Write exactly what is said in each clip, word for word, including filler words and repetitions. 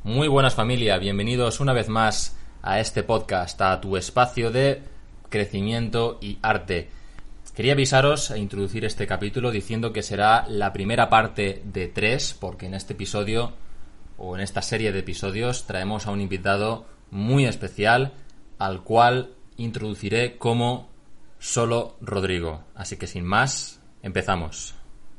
Muy buenas familia, bienvenidos una vez más a este podcast, a tu espacio de crecimiento y arte. Quería avisaros e introducir este capítulo diciendo que será la primera parte de tres, porque en este episodio o en esta serie de episodios traemos a un invitado muy especial al cual introduciré como Solo Rodrigo. Así que sin más, empezamos.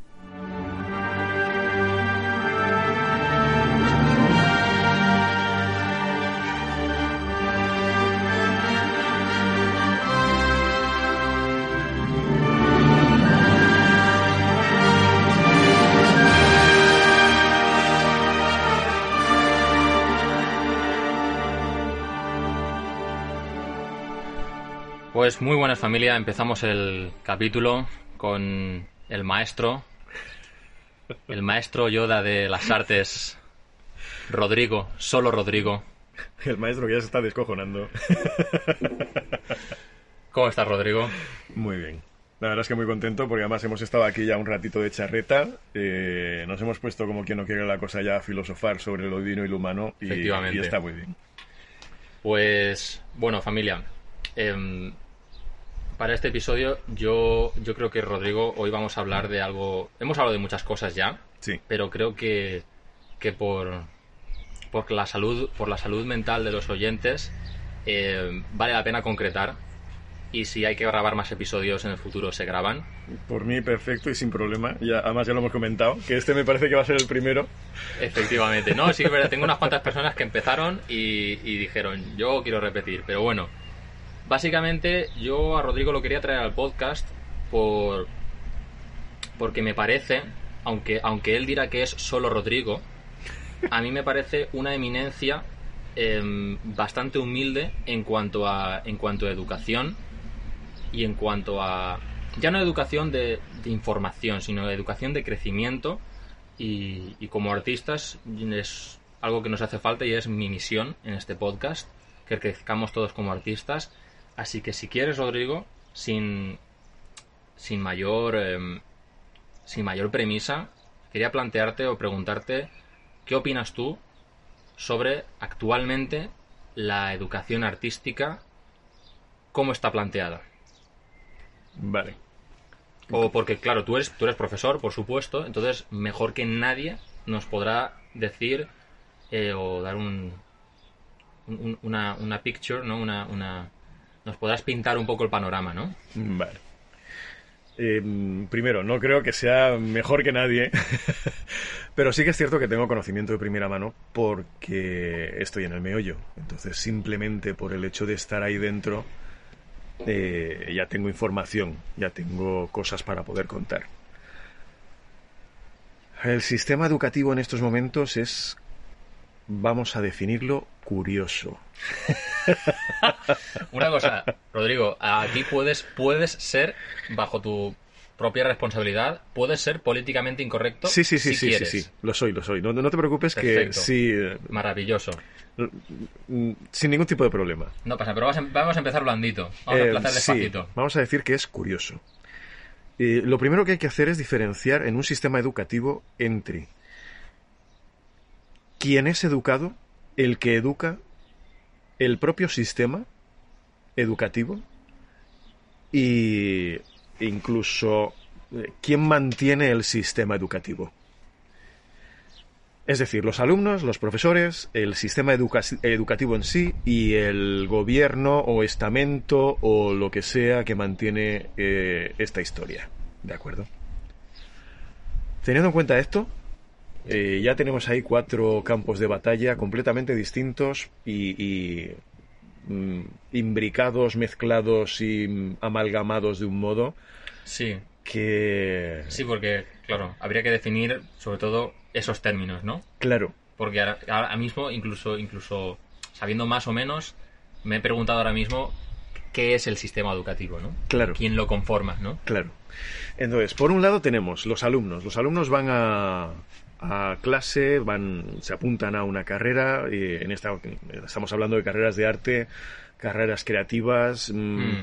Pues muy buenas familia, empezamos el capítulo con el maestro, el maestro Yoda de las artes, Rodrigo, Solo Rodrigo. El maestro que ya se está descojonando. ¿Cómo estás, Rodrigo? Muy bien. La verdad es que muy contento porque además hemos estado aquí ya un ratito de charreta. Eh, nos hemos puesto, como quien no quiere la cosa, ya a filosofar sobre lo divino y lo humano. Y, Efectivamente. Y está muy bien. Pues, bueno, familia. Eh, Para este episodio yo, yo creo que, Rodrigo, hoy vamos a hablar de algo... Hemos hablado de muchas cosas ya, Sí. pero creo que, que por, por, la salud, por la salud mental de los oyentes eh, vale la pena concretar, y si hay que grabar más episodios en el futuro se graban. Por mí perfecto y sin problema. Ya, además ya lo hemos comentado, que este me parece que va a ser el primero. Efectivamente. No, sí, pero tengo unas cuantas personas que empezaron y, y dijeron, yo quiero repetir, pero bueno... Básicamente, yo a Rodrigo lo quería traer al podcast por porque me parece, aunque, aunque él dirá que es solo Rodrigo, a mí me parece una eminencia eh, bastante humilde en cuanto a en cuanto a educación y en cuanto a... Ya no educación de, de información, sino educación de crecimiento, y, y como artistas es algo que nos hace falta y es mi misión en este podcast, que crezcamos todos como artistas. Así que si quieres, Rodrigo, sin, sin mayor eh, sin mayor premisa, quería plantearte o preguntarte ¿qué opinas tú sobre actualmente la educación artística, cómo está planteada? Vale. O porque, claro, tú eres, tú eres profesor, por supuesto, entonces mejor que nadie nos podrá decir eh, o dar un, un una, una picture, ¿no? Una... una Nos podrás pintar un poco el panorama, ¿no? Vale. Eh, primero, no creo que sea mejor que nadie, pero sí que es cierto que tengo conocimiento de primera mano porque estoy en el meollo. Entonces, simplemente por el hecho de estar ahí dentro, eh, ya tengo información, ya tengo cosas para poder contar. El sistema educativo en estos momentos es, vamos a definirlo, curioso. Una cosa, Rodrigo, aquí puedes, puedes ser, bajo tu propia responsabilidad, puedes ser políticamente incorrecto. Sí, sí, sí, si sí, quieres. sí, sí, lo soy, lo soy. No, no te preocupes. Perfecto. Que sí. Maravilloso. Sin ningún tipo de problema. No pasa, pero vamos a, vamos a empezar blandito. Vamos eh, a empezar despacito. Sí, vamos a decir que es curioso. Eh, lo primero que hay que hacer es diferenciar en un sistema educativo entre quien es educado, el que educa, el propio sistema educativo y incluso eh, quién mantiene el sistema educativo. Es decir, los alumnos, los profesores, el sistema educa- educativo en sí y el gobierno o estamento o lo que sea que mantiene eh, esta historia. ¿De acuerdo? Teniendo en cuenta esto, eh, ya tenemos ahí cuatro campos de batalla completamente distintos y, y mm, imbricados, mezclados y mm, amalgamados de un modo Sí. que... Sí, porque, claro, habría que definir sobre todo esos términos, ¿no? Claro. Porque ahora, ahora mismo, incluso, incluso sabiendo más o menos, me he preguntado ahora mismo qué es el sistema educativo, ¿no? Claro. ¿Quién lo conforma, no? Claro. Entonces, por un lado tenemos los alumnos. Los alumnos van a, a clase, van, se apuntan a una carrera. Y en esta estamos hablando de carreras de arte, carreras creativas. Mmm, mm.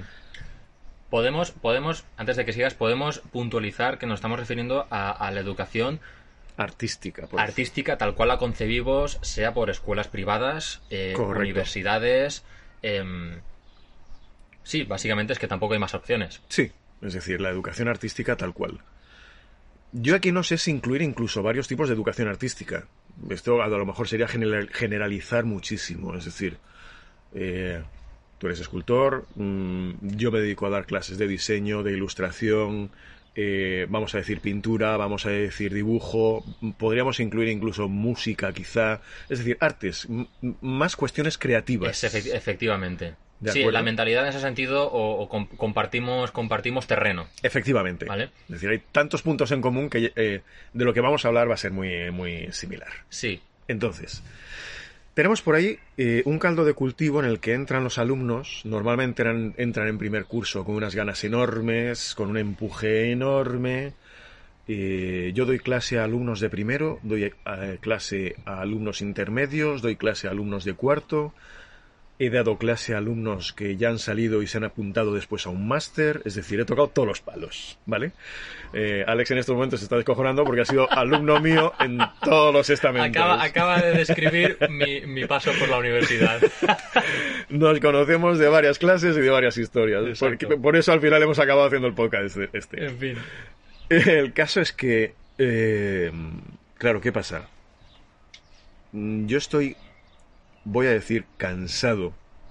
Podemos, podemos, antes de que sigas, podemos puntualizar que nos estamos refiriendo a, a la educación Artística. Pues. Artística, tal cual la concebimos, sea por escuelas privadas, eh, universidades... Eh, sí, básicamente es que tampoco hay más opciones. Sí, es decir, la educación artística tal cual. Yo aquí no sé si incluir incluso varios tipos de educación artística. Esto a lo mejor sería general, generalizar muchísimo. Es decir, eh, tú eres escultor, mmm, yo me dedico a dar clases de diseño, de ilustración, eh, vamos a decir pintura, vamos a decir dibujo, podríamos incluir incluso música quizá. Es decir, artes, m- más cuestiones creativas. Es efect- efectivamente. Sí, la mentalidad en ese sentido o, o com- compartimos compartimos terreno. Efectivamente. ¿Vale? Es decir, hay tantos puntos en común que eh, de lo que vamos a hablar va a ser muy, muy similar. Sí. Entonces, tenemos por ahí eh, un caldo de cultivo en el que entran los alumnos, normalmente entran, entran en primer curso con unas ganas enormes, con un empuje enorme. Eh, yo doy clase a alumnos de primero, doy eh, clase a alumnos intermedios, doy clase a alumnos de cuarto. He dado clase a alumnos que ya han salido y se han apuntado después a un máster, es decir, he tocado todos los palos, ¿vale? Eh, Alex en estos momentos se está descojonando porque ha sido alumno mío en todos los estamentos. Acaba, acaba de describir mi, mi paso por la universidad. Nos conocemos de varias clases y de varias historias. Porque, por eso al final hemos acabado haciendo el podcast este. En fin. El caso es que, eh, claro, ¿qué pasa? Yo estoy... voy a decir, cansado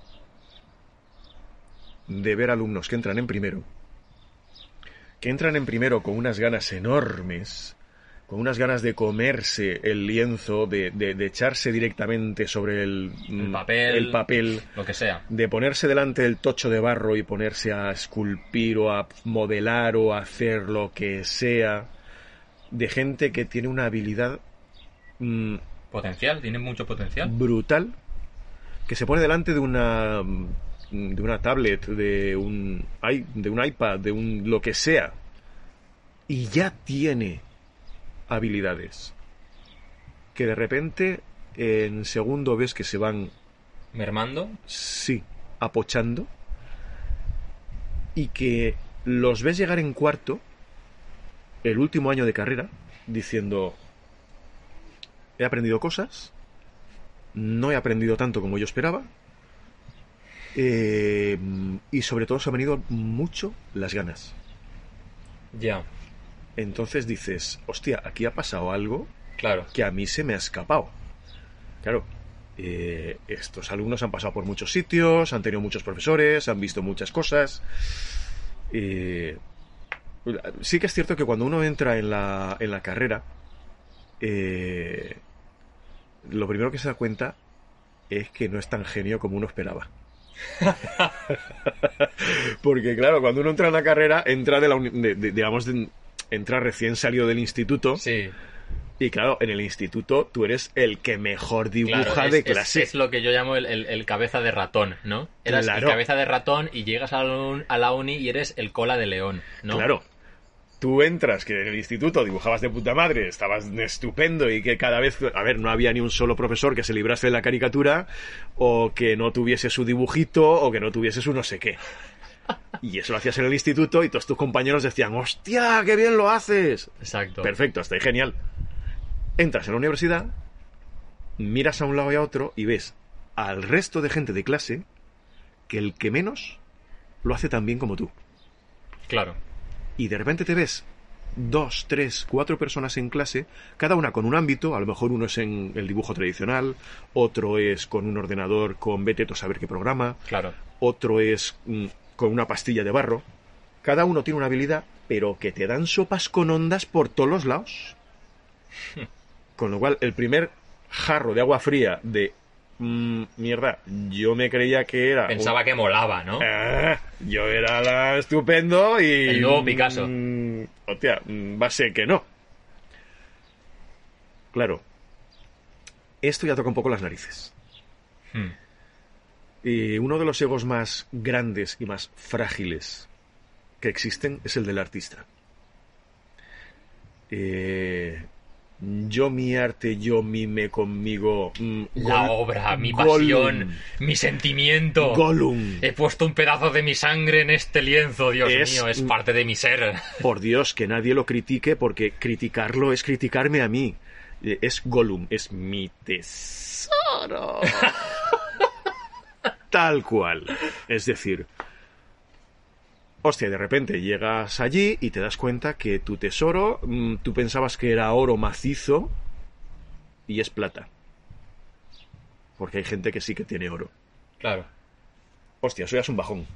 de ver alumnos que entran en primero, que entran en primero con unas ganas enormes, con unas ganas de comerse el lienzo, de, de, de echarse directamente sobre el, el, papel, el papel, lo que sea, de ponerse delante del tocho de barro y ponerse a esculpir o a modelar o a hacer lo que sea, de gente que tiene una habilidad mmm, potencial, tiene mucho potencial, brutal, que se pone delante de una de una tablet, de un de un iPad, de un lo que sea, y ya tiene habilidades que de repente en segundo ves que se van mermando, sí, apochando, y que los ves llegar en cuarto, el último año de carrera, diciendo: he aprendido cosas, no he aprendido tanto como yo esperaba, eh, y sobre todo se han venido mucho las ganas. Ya. Entonces dices, hostia, aquí ha pasado algo, claro, que a mí se me ha escapado. Claro, eh, estos alumnos han pasado por muchos sitios, han tenido muchos profesores, han visto muchas cosas. Eh, sí que es cierto que cuando uno entra en la, en la carrera, eh, lo primero que se da cuenta es que no es tan genio como uno esperaba. Porque claro, cuando uno entra en la carrera, entra de la uni- de, de, digamos de, entra recién salido del instituto. Sí. Y claro, en el instituto tú eres el que mejor dibuja, claro, es, de clase. Es, es lo que yo llamo el, el, el cabeza de ratón, ¿no? Eras claro. el cabeza de ratón y llegas a la, a la uni y eres el cola de león, ¿no? Claro. Tú entras, que en el instituto dibujabas de puta madre, estabas estupendo y que cada vez... A ver, no había ni un solo profesor que se librase de la caricatura o que no tuviese su dibujito o que no tuviese su no sé qué. Y eso lo hacías en el instituto y todos tus compañeros decían: ¡hostia, qué bien lo haces! Exacto. Perfecto, hasta ahí genial. Entras en la universidad, miras a un lado y a otro y ves al resto de gente de clase que el que menos lo hace tan bien como tú. Claro. Y de repente te ves dos, tres, cuatro personas en clase, cada una con un ámbito, a lo mejor uno es en el dibujo tradicional, otro es con un ordenador con vete tú a saber qué programa, claro, otro es mm, con una pastilla de barro. Cada uno tiene una habilidad, pero que te dan sopas con ondas por todos los lados. Con lo cual, el primer jarro de agua fría de... Mm, mierda, yo me creía que era... Pensaba un... que molaba, ¿no? Ah, yo era la estupendo y... El nuevo Picasso. Mm, hostia, va a ser que no. Claro. Esto ya toca un poco las narices. Hmm. Y uno de los egos más grandes y más frágiles que existen es el del artista. Eh... Yo mi arte, yo mime conmigo. Mm, La Gol- obra, mi Gollum. pasión, mi sentimiento. Gollum. He puesto un pedazo de mi sangre en este lienzo, Dios Es- mío, es parte de mi ser. Por Dios, que nadie lo critique, porque criticarlo es criticarme a mí. Eh, Es Gollum, es mi tesoro. Tal cual. Es decir, hostia, de repente llegas allí y te das cuenta que tu tesoro, mm, tú pensabas que era oro macizo y es plata. Porque hay gente que sí que tiene oro. Claro. Hostia, eso ya es un bajón.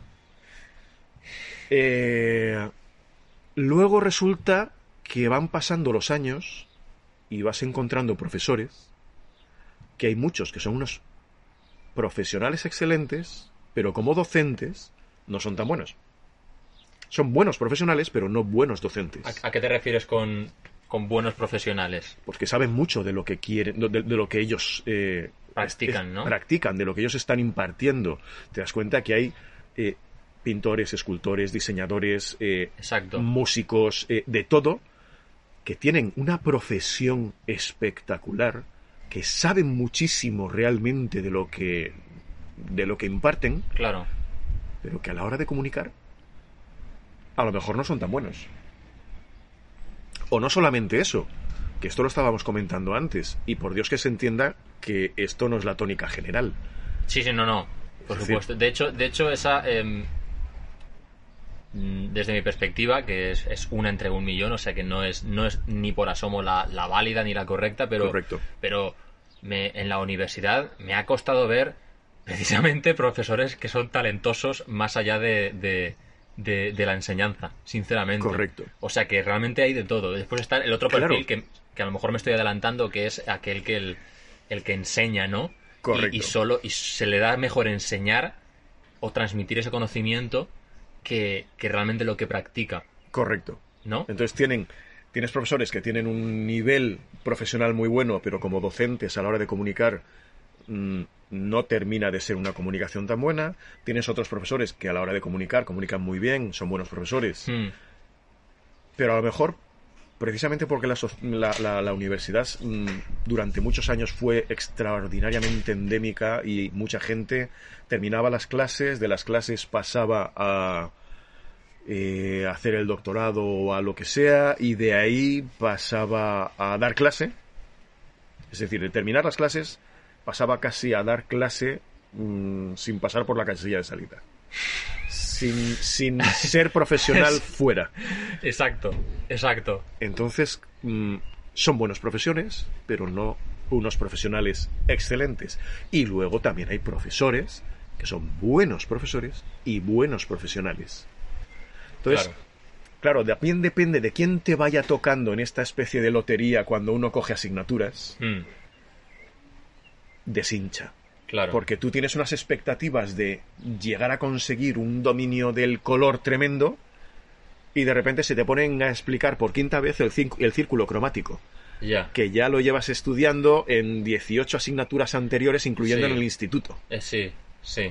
Eh, luego resulta que van pasando los años y vas encontrando profesores, que hay muchos que son unos profesionales excelentes, pero como docentes no son tan buenos. Son buenos profesionales, pero no buenos docentes. ¿A, a qué te refieres con, con buenos profesionales? Porque saben mucho de lo que quieren, de, de lo que ellos eh, Practican, es- ¿no? Practican, de lo que ellos están impartiendo. Te das cuenta que hay eh, pintores, escultores, diseñadores, eh, Exacto. músicos, eh, de todo, que tienen una profesión espectacular, que saben muchísimo realmente de lo que de lo que imparten, Claro. pero que a la hora de comunicar a lo mejor no son tan buenos. O no solamente eso, que esto lo estábamos comentando antes, y por Dios que se entienda que esto no es la tónica general. Sí, sí, no, no. Por Es decir- supuesto. De hecho, de hecho esa... em, mm, desde mi perspectiva, que es, es una entre un millón, o sea que no es, no es ni por asomo la, la válida ni la correcta, pero, Correcto. pero me, en la universidad me ha costado ver precisamente profesores que son talentosos más allá de, de, de- de la enseñanza, sinceramente. Correcto. O sea que realmente hay de todo. Después está el otro Claro. perfil que, que a lo mejor me estoy adelantando, que es aquel que el, el que enseña, ¿no? Correcto. Y, y solo y se le da mejor enseñar o transmitir ese conocimiento que, que realmente lo que practica, Correcto. ¿no? Entonces tienen, tienes profesores que tienen un nivel profesional muy bueno, pero como docentes a la hora de comunicar mm, no termina de ser una comunicación tan buena. Tienes otros profesores que a la hora de comunicar comunican muy bien, son buenos profesores, Hmm. pero a lo mejor precisamente porque la, so- la- la- la universidad mm, durante muchos años fue extraordinariamente endémica y mucha gente terminaba las clases, de las clases pasaba a eh, hacer el doctorado o a lo que sea, y de ahí pasaba a dar clase. Es decir, de terminar las clases pasaba casi a dar clase mm, sin pasar por la casilla de salida. Sin, sin ser profesional Es- fuera. Exacto, exacto. Entonces, mm, son buenas profesiones, pero no unos profesionales excelentes. Y luego también hay profesores que son buenos profesores y buenos profesionales. Entonces, Claro. claro, también depende de quién te vaya tocando en esta especie de lotería cuando uno coge asignaturas, Hmm. deshincha. Claro. Porque tú tienes unas expectativas de llegar a conseguir un dominio del color tremendo y de repente se te ponen a explicar por quinta vez el, cin- el círculo cromático, Ya. que ya lo llevas estudiando en dieciocho asignaturas anteriores, incluyendo Sí. en el instituto. Eh, sí, sí.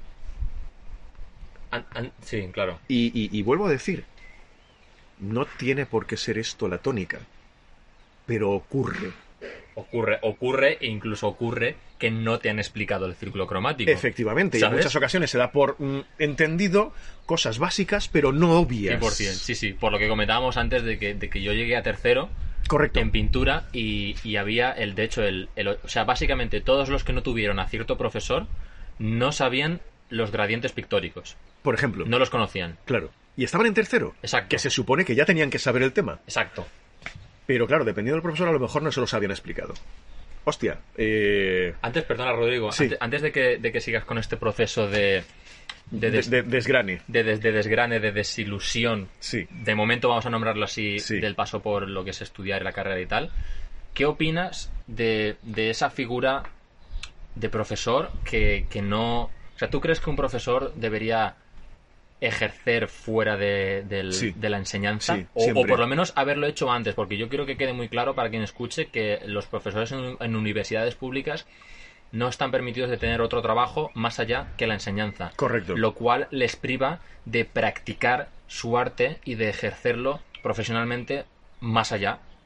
An- an- sí, claro. Y, y- y vuelvo a decir, no tiene por qué ser esto la tónica, pero ocurre. Ocurre, ocurre e incluso ocurre que no te han explicado el círculo cromático. Efectivamente, y en ¿Sabes? muchas ocasiones se da por mm, entendido cosas básicas, pero no obvias. cien por ciento, sí, sí. Por lo que comentábamos antes de que, de que yo llegué a tercero Correcto. en pintura y, y había, el de hecho, el, el- o sea, básicamente todos los que no tuvieron a cierto profesor no sabían los gradientes pictóricos. Por ejemplo. No los conocían. Claro. Y estaban en tercero. Exacto. Que se supone que ya tenían que saber el tema. Exacto. Pero claro, dependiendo del profesor, a lo mejor no se los habían explicado. Hostia, eh, Antes, perdona, Rodrigo, Sí. antes, antes de, que, de que sigas con este proceso de, de, de, des- de- desgrane. de des- de desgrane, de desilusión, Sí. de momento vamos a nombrarlo así, Sí. del paso por lo que es estudiar la carrera y tal, ¿qué opinas de, de esa figura de profesor que, que no... O sea, ¿tú crees que un profesor debería ejercer fuera de, del- Sí. de la enseñanza? Sí, o, o siempre. por lo menos haberlo hecho antes, porque yo quiero que quede muy claro para quien escuche que los profesores en, en universidades públicas no están permitidos de tener otro trabajo más allá que la enseñanza. Correcto. Lo cual les priva de practicar su arte y de ejercerlo profesionalmente más allá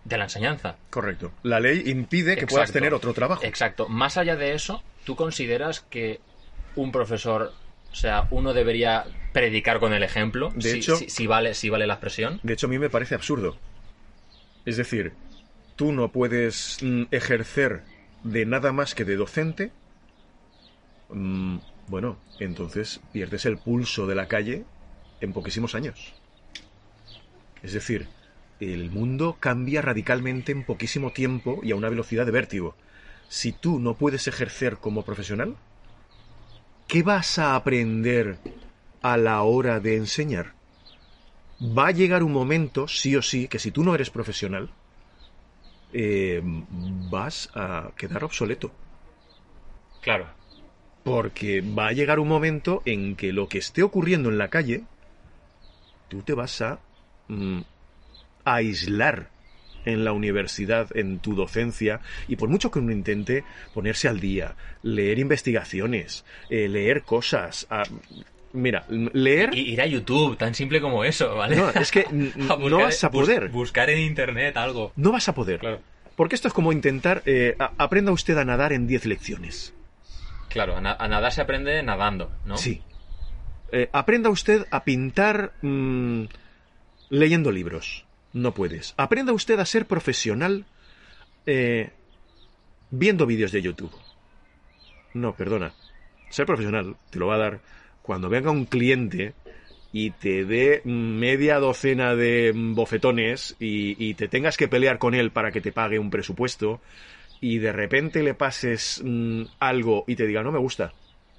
de la enseñanza. Correcto. La ley impide que Exacto. puedas tener otro trabajo. Exacto. Más allá de eso, ¿tú consideras que un profesor, o sea, uno debería predicar con el ejemplo? De si, hecho, si, si vale, si vale la expresión. De hecho, a mí me parece absurdo. Es decir, tú no puedes mm, ejercer de nada más que de docente. Mm, bueno, entonces pierdes el pulso de la calle en poquísimos años. Es decir, el mundo cambia radicalmente en poquísimo tiempo y a una velocidad de vértigo. Si tú no puedes ejercer como profesional, ¿qué vas a aprender a la hora de enseñar? Va a llegar un momento, sí o sí, que si tú no eres profesional, eh, vas a quedar obsoleto. Claro. Porque va a llegar un momento en que lo que esté ocurriendo en la calle, tú te vas a mm, aislar en la universidad, en tu docencia, y por mucho que uno intente ponerse al día, leer investigaciones, eh, leer cosas... A, Mira, leer... Y ir a YouTube, tan simple como eso, ¿vale? No, es que n- no vas a poder. Bus- buscar en internet algo. No vas a poder. Claro. Porque esto es como intentar... Eh, a- aprenda usted a nadar en diez lecciones. Claro, a, na- a nadar se aprende nadando, ¿no? Sí. Eh, aprenda usted a pintar mmm, leyendo libros. No puedes. Aprenda usted a ser profesional eh, viendo vídeos de YouTube. No, perdona. Ser profesional te lo va a dar cuando venga un cliente y te dé media docena de bofetones y, y te tengas que pelear con él para que te pague un presupuesto y de repente le pases mmm, algo y te diga, no me gusta.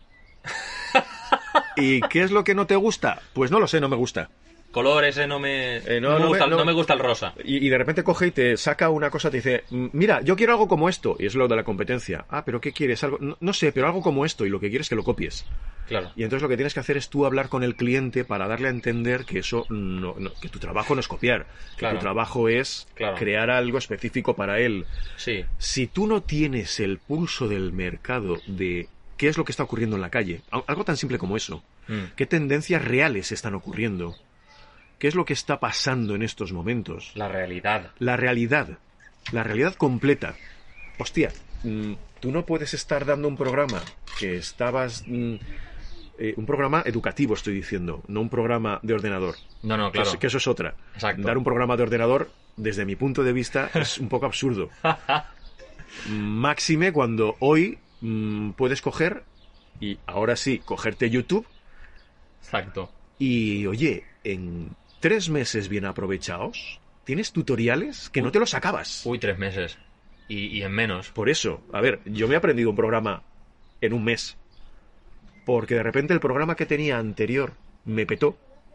¿Y qué es lo que no te gusta? Pues no lo sé, no me gusta. Color ese no me, Eh, no, no, me no gusta, me- no- no me gusta el rosa. Y, y de repente coge y te saca una cosa, te dice, mira, yo quiero algo como esto, y es lo de la competencia. Ah, pero ¿qué quieres? Algo, no, no sé, pero algo como esto, y lo que quieres es que lo copies. Claro. Y entonces lo que tienes que hacer es tú hablar con el cliente para darle a entender que eso no, no- que tu trabajo no es copiar, que Claro. tu trabajo es Claro. crear algo específico para él. Sí. Si tú no tienes el pulso del mercado de qué es lo que está ocurriendo en la calle, al- algo tan simple como eso, Mm. qué tendencias reales están ocurriendo, qué es lo que está pasando en estos momentos, La realidad. la realidad, la realidad completa. Hostia, mm, tú no puedes estar dando un programa que estabas... mm, eh, un programa educativo, estoy diciendo, no un programa de ordenador. No, no, Que claro. eso- que eso es otra. Exacto. Dar un programa de ordenador, desde mi punto de vista, es un poco absurdo. Máxime cuando hoy mm, puedes coger, y ahora sí, cogerte YouTube, Exacto. y oye, en tres meses bien aprovechados, tienes tutoriales que no te los acabas. Uy, tres meses. Y, y en menos. Por eso, a ver, yo me he aprendido un programa en un mes. Porque de repente el programa que tenía anterior me petó.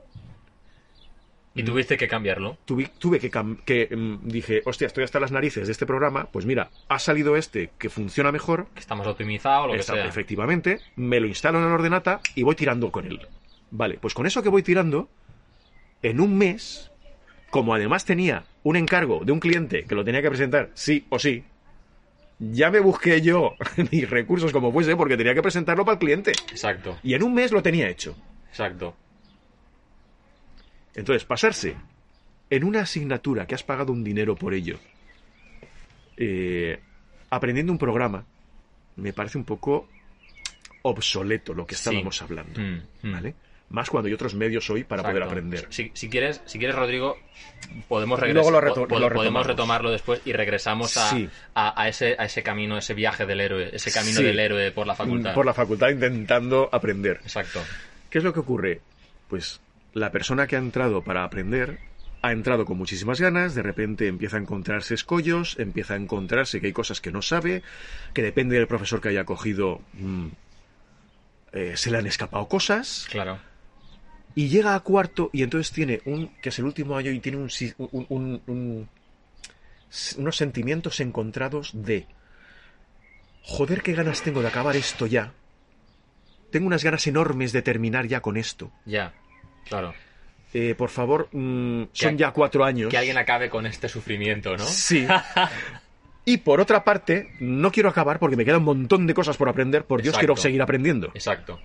Y tuviste que cambiarlo. Tuve, tuve que, cam- que mm, dije, hostia, estoy hasta las narices de este programa. Pues mira, ha salido este que funciona mejor. Que está más optimizado o lo que Está- sea. efectivamente, me lo instalo en la ordenata y voy tirando con él. Vale, pues con eso que voy tirando, en un mes, como además tenía un encargo de un cliente que lo tenía que presentar sí o sí, ya me busqué yo mis recursos como fuese porque tenía que presentarlo para el cliente. Exacto. Y en un mes lo tenía hecho. Exacto. Entonces, pasarse en una asignatura que has pagado un dinero por ello, eh, aprendiendo un programa, me parece un poco obsoleto lo que estábamos Sí. hablando. Mm, mm. ¿Vale? Más cuando hay otros medios hoy para poder Exacto. aprender. Si, si quieres, si quieres, Rodrigo, podemos Luego regresar. lo reto- lo podemos retomamos. retomarlo después y regresamos a, Sí. a, a ese, a ese camino, ese viaje del héroe, ese camino Sí. del héroe por la facultad. Por la facultad intentando aprender. Exacto. ¿Qué es lo que ocurre? Pues la persona que ha entrado para aprender ha entrado con muchísimas ganas, de repente empieza a encontrarse escollos, empieza a encontrarse que hay cosas que no sabe, que depende del profesor que haya cogido, mmm, eh, se le han escapado cosas, Claro. y llega a cuarto y entonces tiene un, que es el último año y tiene un, si- un- un- un- unos sentimientos encontrados de, joder, qué ganas tengo de acabar esto ya. Tengo unas ganas enormes de terminar ya con esto. Ya. Claro. Eh, por favor, mm, Que- son ya cuatro años. Que alguien acabe con este sufrimiento, ¿no? Sí. Y por otra parte, no quiero acabar porque me queda un montón de cosas por aprender. Por Dios, Exacto. quiero seguir aprendiendo. Exacto.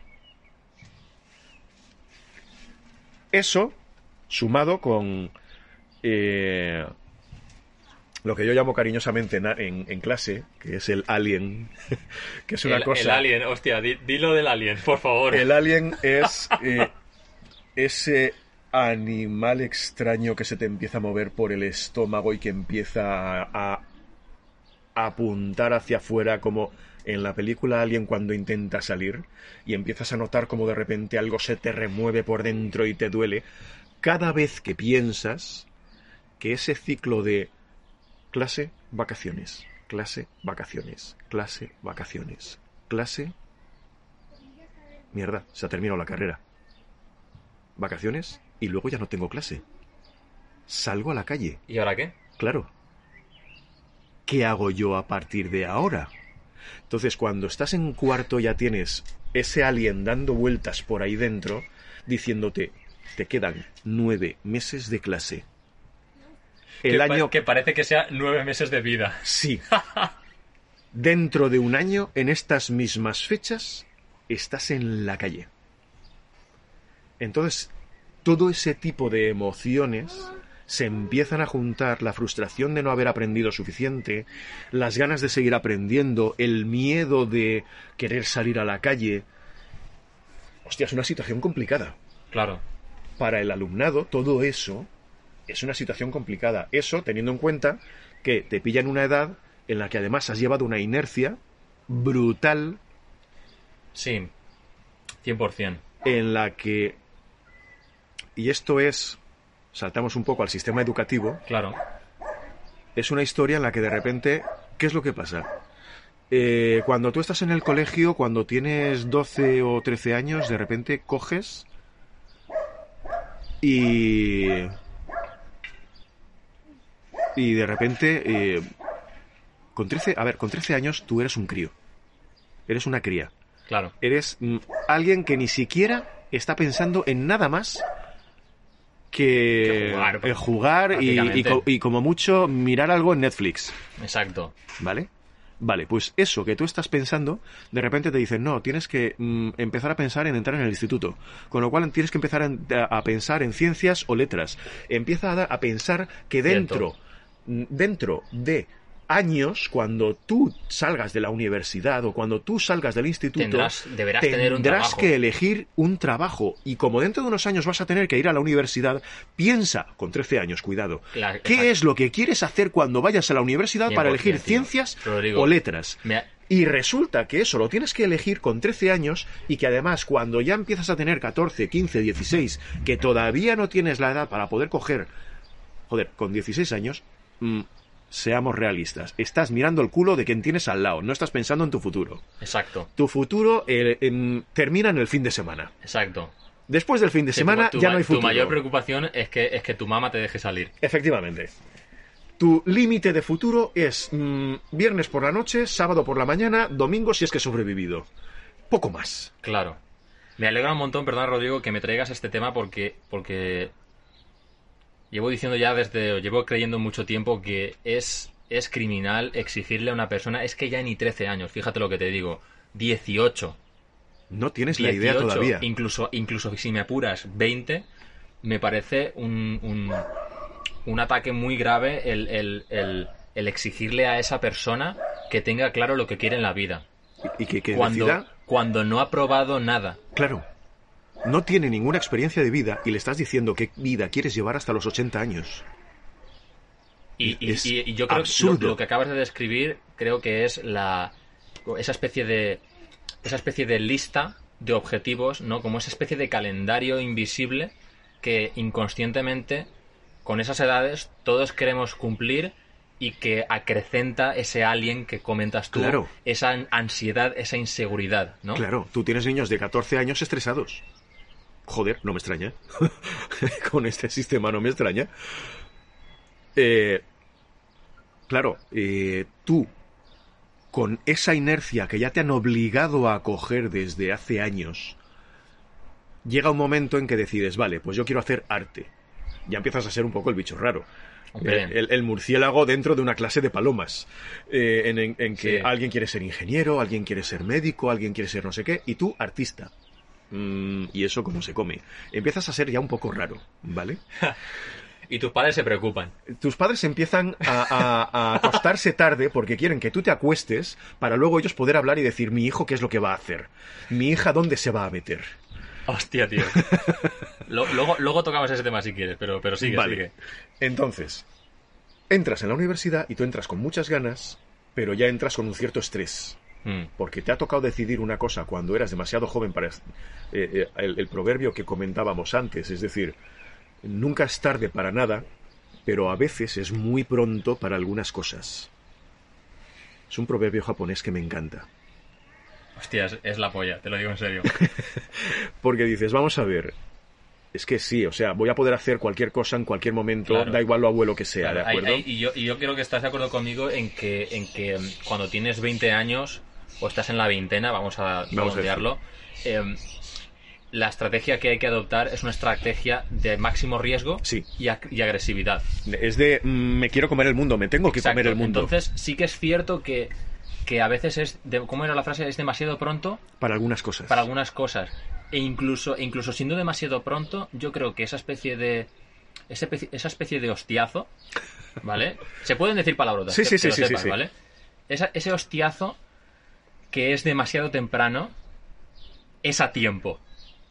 Eso, sumado con eh, lo que yo llamo cariñosamente en, en, en clase, que es el alien, que es una el, cosa... El alien, hostia, di, dilo del alien, por favor. El alien es eh, ese animal extraño que se te empieza a mover por el estómago y que empieza a, a apuntar hacia afuera, como en la película Alien cuando intenta salir, y empiezas a notar como de repente algo se te remueve por dentro y te duele. Cada vez que piensas que ese ciclo de clase, vacaciones, clase, vacaciones, clase, vacaciones, clase... Mierda, se ha terminado la carrera. Vacaciones y luego ya no tengo clase. Salgo a la calle. ¿Y ahora qué? Claro. ¿Qué hago yo a partir de ahora? Entonces, cuando estás en cuarto ya tienes ese alien dando vueltas por ahí dentro, diciéndote, te quedan nueve meses de clase. El que año... Pa que parece que sea nueve meses de vida. Sí. Dentro de un año, en estas mismas fechas, estás en la calle. Entonces, todo ese tipo de emociones se empiezan a juntar, la frustración de no haber aprendido suficiente, las ganas de seguir aprendiendo, el miedo de querer salir a la calle. Hostia, es una situación complicada. Claro. Para el alumnado, todo eso es una situación complicada. Eso teniendo en cuenta que te pilla en una edad en la que además has llevado una inercia brutal. Sí, cien por ciento. En la que, y esto es, saltamos un poco al sistema educativo. Claro. Es una historia en la que de repente, ¿qué es lo que pasa? Eh, cuando tú estás en el colegio, cuando tienes doce o trece años, de repente coges y... Y de repente, eh, con trece, a ver, con trece años tú eres un crío. Eres una cría. Claro. Eres mm, alguien que ni siquiera está pensando en nada más que, que jugar, eh, jugar y, y, co y como mucho mirar algo en Netflix. Exacto. ¿Vale? Vale, pues eso que tú estás pensando, de repente te dicen, no, tienes que mm, empezar a pensar en entrar en el instituto. Con lo cual tienes que empezar a, a pensar en ciencias o letras. Empieza a, a pensar que dentro... Cierto. Dentro de años, cuando tú salgas de la universidad o cuando tú salgas del instituto, tendrás, deberás tendrás tener un trabajo. que elegir un trabajo. Y como dentro de unos años vas a tener que ir a la universidad, piensa, con trece años, cuidado, claro, ¿qué exacto. es lo que quieres hacer cuando vayas a la universidad para elegir tío. ciencias digo, o letras? Me... Y resulta que eso lo tienes que elegir con trece años y que además cuando ya empiezas a tener catorce, quince, dieciséis, que todavía no tienes la edad para poder coger... Joder, con dieciséis años... Mm, seamos realistas. Estás mirando el culo de quien tienes al lado. No estás pensando en tu futuro. Exacto. Tu futuro eh, eh, termina en el fin de semana. Exacto. Después del fin de sí, semana tu, ya no hay futuro. Tu mayor preocupación es que, es que tu mamá te deje salir. Efectivamente. Tu límite de futuro es mmm, viernes por la noche, sábado por la mañana, domingo si es que he sobrevivido. Poco más. Claro. Me alegra un montón, perdón, Rodrigo, que me traigas este tema porque... porque... Llevo diciendo ya desde, llevo creyendo mucho tiempo que es, es criminal exigirle a una persona, es que ya ni trece años, fíjate lo que te digo, dieciocho. No tienes dieciocho, la idea todavía. Incluso, incluso si me apuras veinte, me parece un, un, un ataque muy grave el, el, el, el exigirle a esa persona que tenga claro lo que quiere en la vida. Y que, que cuando, decida... cuando no ha probado nada. Claro. No tiene ninguna experiencia de vida y le estás diciendo qué vida quieres llevar hasta los ochenta años. Y, y, y, y yo creo absurdo. que lo, lo que acabas de describir creo que es la esa especie de esa especie de lista de objetivos, ¿no? Como esa especie de calendario invisible que inconscientemente con esas edades todos queremos cumplir y que acrecenta ese alien que comentas tú, claro. Esa ansiedad, esa inseguridad, ¿no? Claro, tú tienes niños de catorce años estresados. Joder, no me extraña. Con este sistema no me extraña. Eh, claro, eh, tú, con esa inercia que ya te han obligado a coger desde hace años, llega un momento en que decides, vale, pues yo quiero hacer arte. Ya empiezas a ser un poco el bicho raro. Okay. El, el murciélago dentro de una clase de palomas. Eh, en, en, en que sí. alguien quiere ser ingeniero, alguien quiere ser médico, alguien quiere ser no sé qué, y tú artista. Mm, y eso cómo se come. Empiezas a ser ya un poco raro, ¿vale? Y tus padres se preocupan. Tus padres empiezan a, a, a acostarse tarde porque quieren que tú te acuestes para luego ellos poder hablar y decir, mi hijo, ¿qué es lo que va a hacer? Mi hija, ¿dónde se va a meter? Hostia, tío. luego, luego tocamos ese tema si quieres, pero, pero sigue, vale. sigue. Entonces, entras en la universidad y tú entras con muchas ganas, pero ya entras con un cierto estrés. Mm. Porque te ha tocado decidir una cosa cuando eras demasiado joven para... Eh, eh, el, el proverbio que comentábamos antes, es decir, nunca es tarde para nada, pero a veces es muy pronto para algunas cosas. Es un proverbio japonés que me encanta. Hostia, es, es la polla, te lo digo en serio. Porque dices, vamos a ver, es que sí, o sea, voy a poder hacer cualquier cosa en cualquier momento, claro. Da igual lo abuelo que sea, claro, ¿de acuerdo? Hay, hay, y, yo, y yo creo que estás de acuerdo conmigo en que, en que cuando tienes veinte años o estás en la veintena, vamos a redondearlo, eh, la estrategia que hay que adoptar es una estrategia de máximo riesgo sí. y, ag- y agresividad. Es de, mm, me quiero comer el mundo, me tengo que Exacto. comer el mundo. Entonces sí que es cierto que que a veces es, de, ¿cómo era la frase? Es demasiado pronto. Para algunas cosas. Para algunas cosas. E incluso, incluso siendo demasiado pronto, yo creo que esa especie de, esa especie, esa especie de hostiazo, ¿vale? Se pueden decir palabrotas, sí, que, sí, que sí, lo sí, sepas, sí, sí. ¿vale? Esa, ese hostiazo que es demasiado temprano es a tiempo.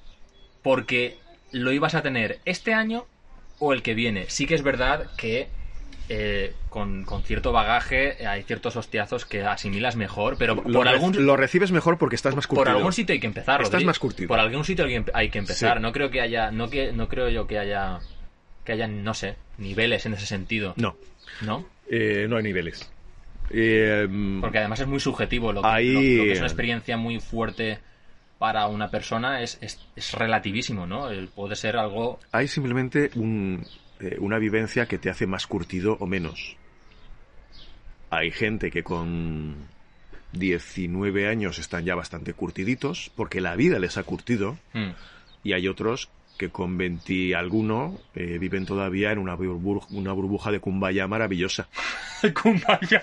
Porque lo ibas a tener este año o el que viene. Sí que es verdad que Eh, con, con cierto bagaje hay ciertos hostiazos que asimilas mejor, pero lo por re- algún lo recibes mejor porque estás más curtido. por algún sitio hay que empezar, estás Rodri. más curtido. Por algún sitio hay que empezar. Sí. No creo que haya, no que no creo yo que haya que haya, no sé, niveles en ese sentido. No, no, eh, no hay niveles. Eh, porque además es muy subjetivo lo que, hay... lo, lo que es una experiencia muy fuerte para una persona es, es, es relativísimo, ¿no? El, puede ser algo. Hay simplemente un, eh, una vivencia que te hace más curtido o menos. Hay gente que con diecinueve años están ya bastante curtiditos porque la vida les ha curtido mm. y hay otros que con veinte alguno eh, viven todavía en una, burbuja, una burbuja de kumbaya maravillosa. Kumbaya.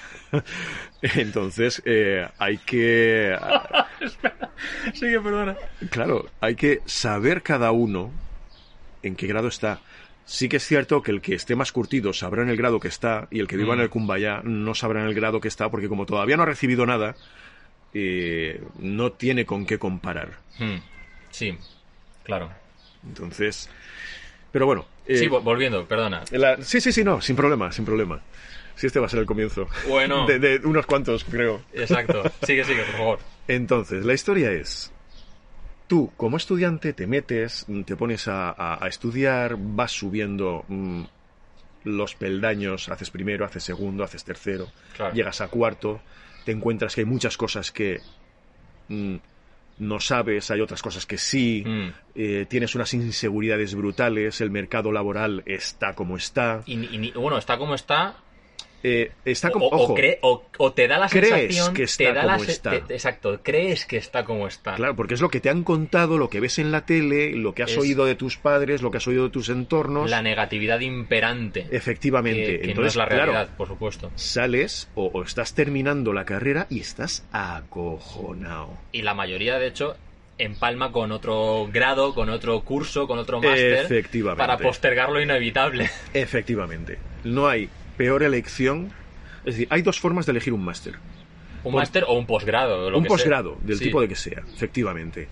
Entonces eh, hay que... Espera, sigue, perdona. Claro, hay que saber cada uno en qué grado está. Sí que es cierto que el que esté más curtido sabrá en el grado que está y el que viva mm. en el kumbaya no sabrá en el grado que está porque como todavía no ha recibido nada, eh, no tiene con qué comparar. Mm. Sí, claro. Entonces, pero bueno. Eh, sí, volviendo, perdona. La, sí, sí, sí, no, sin problema, sin problema. Si este va a ser el comienzo. Bueno. De, de unos cuantos, creo. Exacto. Sigue, sigue, por favor. Entonces, la historia es... Tú, como estudiante, te metes, te pones a, a, a estudiar, vas subiendo mmm, los peldaños, haces primero, haces segundo, haces tercero, claro. Llegas a cuarto, te encuentras que hay muchas cosas que mmm, no sabes, hay otras cosas que sí, mm. eh, tienes unas inseguridades brutales, el mercado laboral está como está. Y, y bueno, está como está... Eh, está como, o, ojo, o, cre, o, o te da la sensación que está te da como la, está. Te, exacto, crees que está como está. Claro, porque es lo que te han contado, lo que ves en la tele, lo que has es oído de tus padres, lo que has oído de tus entornos. La negatividad imperante. Efectivamente. Que, que Entonces, no es la realidad, claro, por supuesto. Sales o, o estás terminando la carrera y estás acojonado. Y la mayoría, de hecho, empalma con otro grado, con otro curso, con otro máster. Efectivamente. Para postergar lo inevitable. Efectivamente. No hay peor elección. Es decir, hay dos formas de elegir un máster. Un máster o un posgrado. Un posgrado, del sí. tipo de que sea, efectivamente.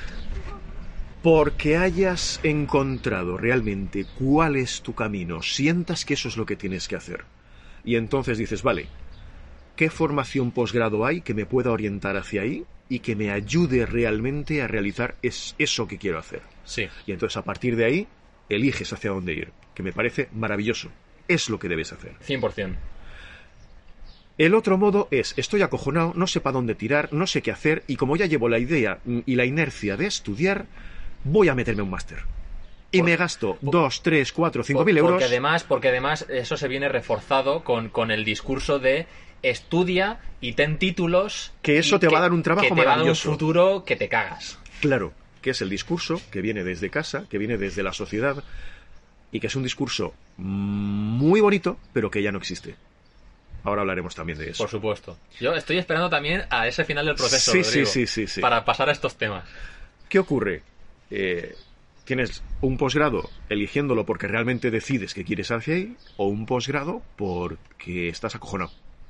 Porque hayas encontrado realmente cuál es tu camino, sientas que eso es lo que tienes que hacer. Y entonces dices, vale, ¿qué formación posgrado hay que me pueda orientar hacia ahí y que me ayude realmente a realizar es eso que quiero hacer? Sí. Y entonces a partir de ahí, eliges hacia dónde ir, que me parece maravilloso. Es lo que debes hacer. cien por ciento. El otro modo es, estoy acojonado, no sé para dónde tirar, no sé qué hacer, y como ya llevo la idea y la inercia de estudiar, voy a meterme un máster. Y por, me gasto por, dos, tres, cuatro, cinco mil euros. Porque además, porque además eso se viene reforzado con, con el discurso de estudia y ten títulos. Que eso te que, va a dar un trabajo que te maravilloso. Va a dar un futuro que te cagas. Claro, que es el discurso que viene desde casa, que viene desde la sociedad, y que es un discurso muy bonito, pero que ya no existe. Ahora hablaremos también de eso. Por supuesto. Yo estoy esperando también a ese final del proceso, sí, Rodrigo, sí, sí, sí, sí. para pasar a estos temas. ¿Qué ocurre? Eh, tienes un posgrado eligiéndolo porque realmente decides que quieres hacia ahí, o un posgrado porque estás acojonado.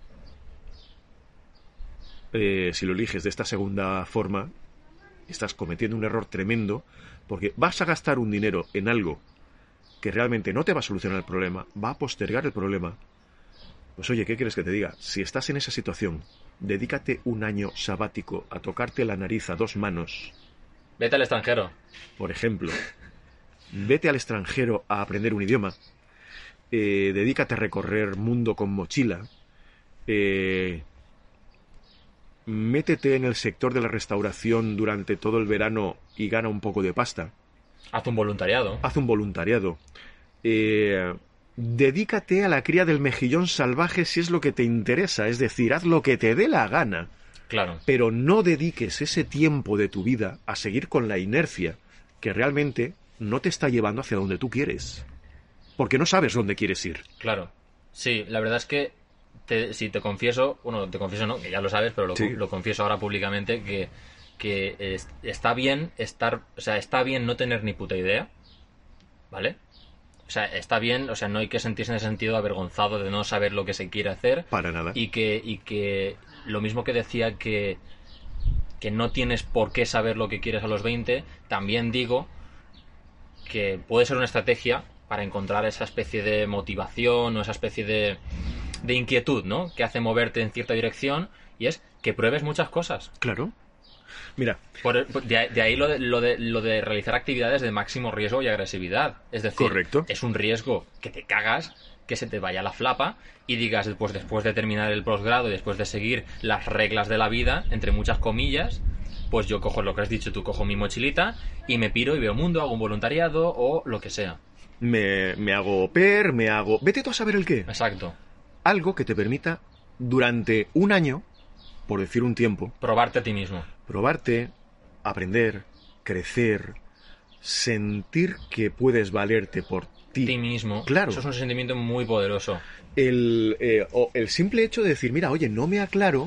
Eh, si lo eliges de esta segunda forma, estás cometiendo un error tremendo, porque vas a gastar un dinero en algo que realmente no te va a solucionar el problema, va a postergar el problema. Pues oye, ¿qué quieres que te diga? Si estás en esa situación, dedícate un año sabático a tocarte la nariz a dos manos. Vete al extranjero. Por ejemplo, vete al extranjero a aprender un idioma. Eh, dedícate a recorrer mundo con mochila. Eh, métete en el sector de la restauración durante todo el verano y gana un poco de pasta. Haz un voluntariado. Haz un voluntariado. Eh, dedícate a la cría del mejillón salvaje si es lo que te interesa. Es decir, haz lo que te dé la gana. Claro. Pero no dediques ese tiempo de tu vida a seguir con la inercia que realmente no te está llevando hacia donde tú quieres. Porque no sabes dónde quieres ir. Claro. Sí, la verdad es que te, si te confieso, bueno, te confieso no, que ya lo sabes, pero lo, Sí. lo confieso ahora públicamente, que, que es- está bien estar, o sea, está bien no tener ni puta idea, ¿vale? O sea, está bien, o sea, no hay que sentirse en ese sentido avergonzado de no saber lo que se quiere hacer. Para nada. Y que, y que lo mismo que decía que, que no tienes por qué saber lo que quieres a los veinte, también digo que puede ser una estrategia para encontrar esa especie de motivación o esa especie de, de inquietud, ¿no? Que hace moverte en cierta dirección, y es que pruebes muchas cosas. Claro. Mira, Por- por- de, ahí- de ahí lo de, lo, de, lo de realizar actividades de máximo riesgo y agresividad. Es decir, Correcto. es un riesgo que te cagas, que se te vaya la flapa y digas, pues después de terminar el posgrado y después de seguir las reglas de la vida, entre muchas comillas, pues yo cojo lo que has dicho tú, cojo mi mochilita y me piro y veo mundo, hago un voluntariado o lo que sea. me, me hago au pair, me hago... Vete tú a saber el qué. Exacto. Algo que te permita, durante un año, por decir un tiempo, Probarte a ti mismo. probarte, aprender, crecer, sentir que puedes valerte por ti. Ti mismo. Claro. Eso es un sentimiento muy poderoso. El, eh, o el simple hecho de decir, mira, oye, no me aclaro,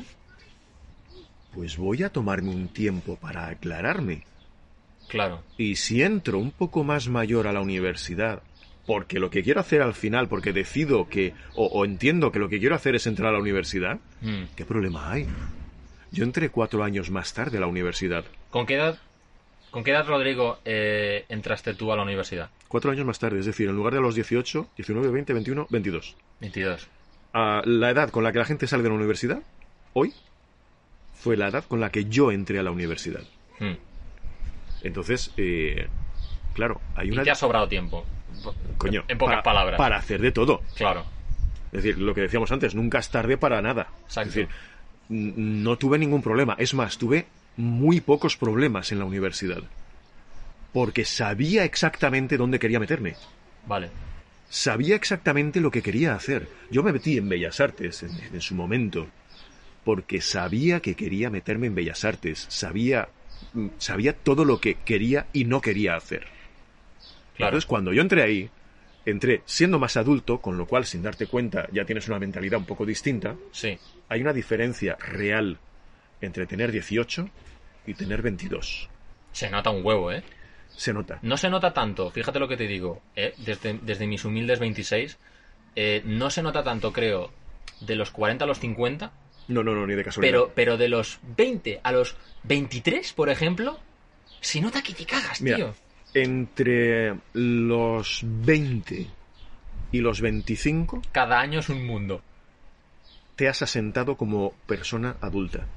pues voy a tomarme un tiempo para aclararme. Claro. Y si entro un poco más mayor a la universidad, porque lo que quiero hacer al final, porque decido que, o, o entiendo que lo que quiero hacer es entrar a la universidad, Mm. ¿qué problema hay? Yo entré cuatro años más tarde a la universidad. ¿Con qué edad, con qué edad, Rodrigo, eh, entraste tú a la universidad? Cuatro años más tarde, es decir, en lugar de a los dieciocho, diecinueve, veinte, veintiuno, veintidós. veintidós. Ah, la edad con la que la gente sale de la universidad, hoy, fue la edad con la que yo entré a la universidad. Mm. Entonces, eh, claro, hay una... Y te ha sobrado tiempo. Coño, En pocas para, palabras. para hacer de todo. Claro. Es decir, lo que decíamos antes, nunca es tarde para nada. Exacto. Es decir, n- no tuve ningún problema. Es más, tuve muy pocos problemas en la universidad. Porque sabía exactamente dónde quería meterme. Vale. Sabía exactamente lo que quería hacer. Yo me metí en Bellas Artes en, en su momento. Porque sabía que quería meterme en Bellas Artes. Sabía, mm, sabía todo lo que quería y no quería hacer. Claro. Entonces, cuando yo entré ahí, entré siendo más adulto, con lo cual, sin darte cuenta, ya tienes una mentalidad un poco distinta. Sí. Hay una diferencia real entre tener dieciocho y tener veintidós. Se nota un huevo, ¿eh? Se nota. No se nota tanto, fíjate lo que te digo, ¿eh? desde, desde mis humildes veintiséis, eh, no se nota tanto, creo, de los cuarenta a los cincuenta, No, no, no, ni de casualidad. pero, pero de los veinte a los veintitrés, por ejemplo, se nota que te cagas, Mira, tío. entre los veinte y los veinticinco Cada año es un mundo. te has asentado como persona adulta.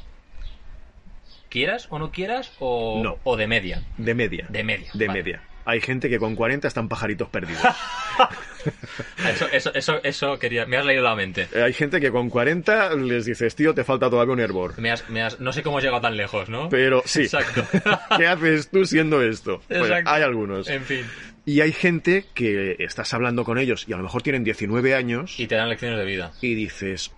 ¿Quieras o no quieras? O, No. o de media. De media. De media, De vale. media. Hay gente que con cuarenta están pajaritos perdidos. Eso, eso, eso, eso quería. Me has leído la mente. Eh, Hay gente que con cuarenta les dices, tío, te falta todavía un hervor. Me has, me has- no sé cómo has llegado tan lejos, ¿no? Pero sí. Exacto. ¿Qué haces tú siendo esto? Pues Exacto. hay algunos. En fin. Y hay gente que estás hablando con ellos y a lo mejor tienen diecinueve años Y te dan lecciones de vida. y dices,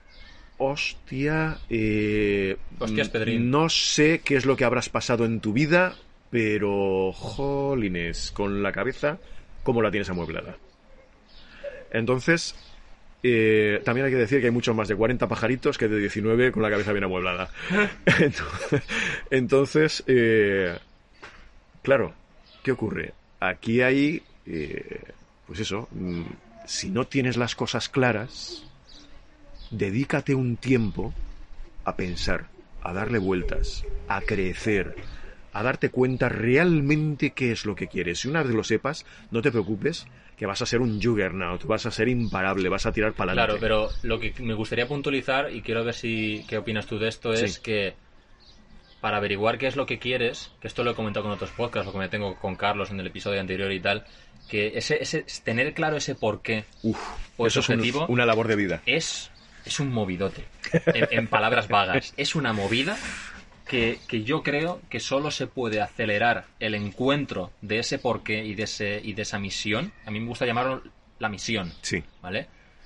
hostia, eh, Hostias, Pedrín. no sé qué es lo que habrás pasado en tu vida, pero jolines, con la cabeza, ¿cómo la tienes amueblada? Entonces, eh, también hay que decir que hay muchos más de cuarenta pajaritos que de diecinueve con la cabeza bien amueblada. Entonces, entonces, eh, claro, ¿Qué ocurre? Aquí hay, eh, pues eso, mm, si no tienes las cosas claras, dedícate un tiempo a pensar, a darle vueltas, a crecer, a darte cuenta realmente qué es lo que quieres. Si una vez lo sepas, no te preocupes, que vas a ser un juggernaut, vas a ser imparable, vas a tirar para adelante. Claro, pero lo que me gustaría puntualizar, y quiero ver si qué opinas tú de esto, es Sí. que para averiguar qué es lo que quieres, que esto lo he comentado con otros podcasts, lo que me tengo con Carlos en el episodio anterior y tal, que ese, ese tener claro ese porqué Uf, o eso ese es un- objetivo una labor de vida. es, es un movidote. En, en palabras vagas, es una movida que, que yo creo que solo se puede acelerar el encuentro de ese porqué y de, ese, y de esa misión. A mí me gusta llamarlo la misión, Sí, ¿vale?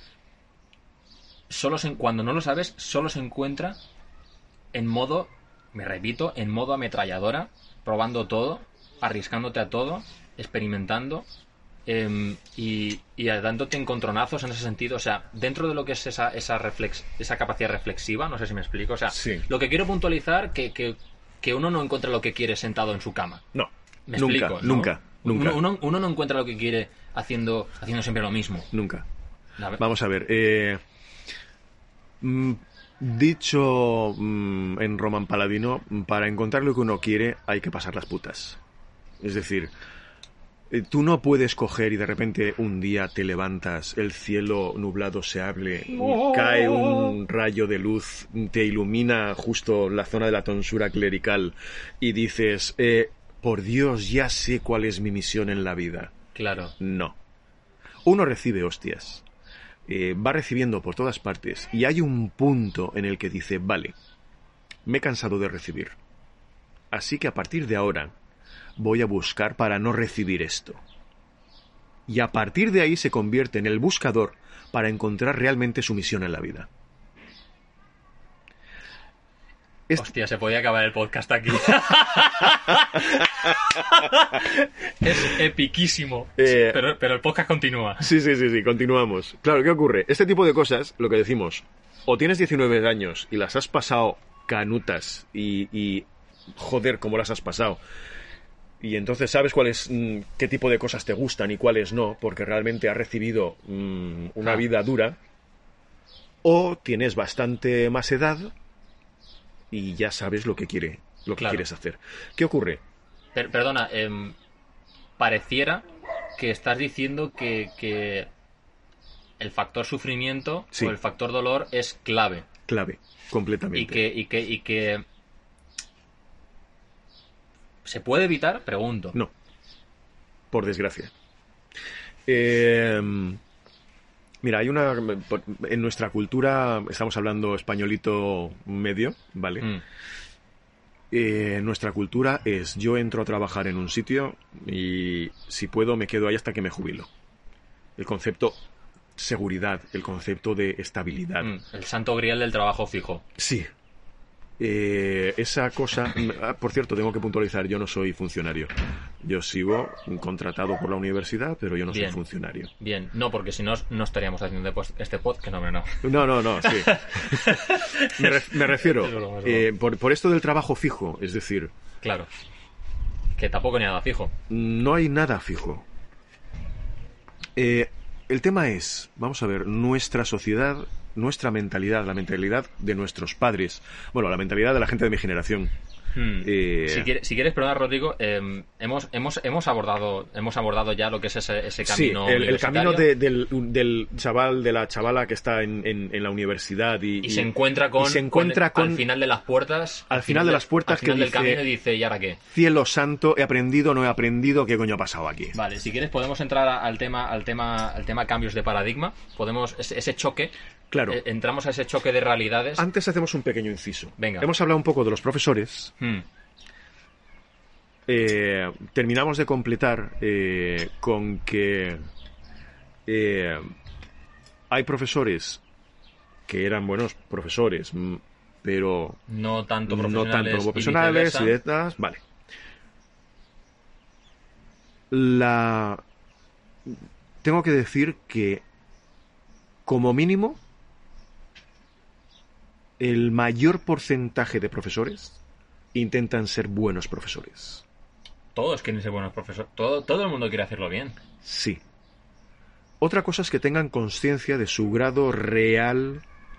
Solo se, cuando no lo sabes, solo se encuentra en modo, me repito, en modo ametralladora, probando todo, arriesgándote a todo, experimentando eh, y, y dándote encontronazos en ese sentido. O sea, dentro de lo que es esa, esa, reflex, esa capacidad reflexiva, no sé si me explico. O sea, Sí. lo que quiero puntualizar que, que, que uno no encuentra lo que quiere sentado en su cama. no, ¿Me nunca, explico, no? nunca, nunca, Uno, uno, uno no encuentra lo que quiere haciendo, haciendo siempre lo mismo. nunca. A ver. Vamos a ver, eh, mm, dicho mm, en Roman Paladino, para encontrar lo que uno quiere hay que pasar las putas. Es decir, eh, tú no puedes coger y de repente un día te levantas, el cielo nublado se abre, cae un rayo de luz, te ilumina justo la zona de la tonsura clerical y dices, eh, por Dios, ya sé cuál es mi misión en la vida. Claro. No. Uno recibe hostias. Eh, va recibiendo por todas partes y hay un punto en el que dice, vale, me he cansado de recibir. Así que a partir de ahora voy a buscar para no recibir esto. Y a partir de ahí se convierte en el buscador para encontrar realmente su misión en la vida. Esto- Hostia, se podía acabar el podcast aquí. Es epiquísimo. Eh, pero, pero el podcast continúa. Sí, sí, sí, sí, continuamos. Claro, ¿qué ocurre? Este tipo de cosas, lo que decimos, o tienes diecinueve años y las has pasado canutas y, y joder, cómo las has pasado. Y entonces sabes cuáles, mm, qué tipo de cosas te gustan y cuáles no, porque realmente has recibido mm, una Ah. vida dura. O tienes bastante más edad y ya sabes lo que quiere, lo que Claro. quieres hacer. ¿Qué ocurre? Per- perdona, em, pareciera que estás diciendo que, que el factor sufrimiento Sí. o el factor dolor es clave. Clave, completamente. Y que, y que, y que ¿se puede evitar? Pregunto. No, por desgracia. Eh, mira, hay una... En nuestra cultura, estamos hablando españolito medio, ¿vale? Mm, Eh, nuestra cultura es, yo entro a trabajar en un sitio y si puedo me quedo ahí hasta que me jubilo. El concepto seguridad, el concepto de estabilidad. mm, el santo grial del trabajo fijo. Sí. Eh, esa cosa... ah, por cierto, tengo que puntualizar, yo no soy funcionario. Yo sigo contratado por la universidad, pero yo no Bien. soy funcionario. Bien, no, porque si no, no estaríamos haciendo este podcast. No, hombre, no. No, no, no, sí. me, ref- me refiero, Es broma, es eh, por, por esto del trabajo fijo, es decir, Claro. Que tampoco ni nada fijo. no hay nada fijo. Eh, el tema es, vamos a ver, nuestra sociedad, nuestra mentalidad, la mentalidad de nuestros padres, bueno, la mentalidad de la gente de mi generación. Hmm. Eh, Si, quieres, si quieres, perdona, Rodrigo, eh, hemos, hemos, hemos, abordado, hemos abordado ya lo que es ese, ese Sí, camino el, el camino universitario. de- del, del chaval, de la chavala que está en, en- en la universidad y, Y se encuentra con, y se encuentra con- con- al final de las puertas al final de las puertas al final que del dice- camino y dice, ¿y ahora qué? cielo santo, he aprendido, no he aprendido, ¿qué coño ha pasado aquí? Vale, si quieres podemos entrar a- al tema al tema al tema cambios de paradigma. Podemos ese, ese choque. Claro. eh, entramos a ese choque de realidades. Antes hacemos un pequeño inciso. Venga. Hemos hablado un poco de los profesores. Hmm. Eh, terminamos de completar eh, con que eh, hay profesores que eran buenos profesores, mm, pero No tanto no profesionales, tanto y profesionales y, viceversa. de estas. Vale. La... Tengo que decir que, como mínimo, el mayor porcentaje de profesores intentan ser buenos profesores. todos quieren ser buenos profesores. Todo, todo el mundo quiere hacerlo bien. Sí. Otra cosa es que tengan conciencia de su grado real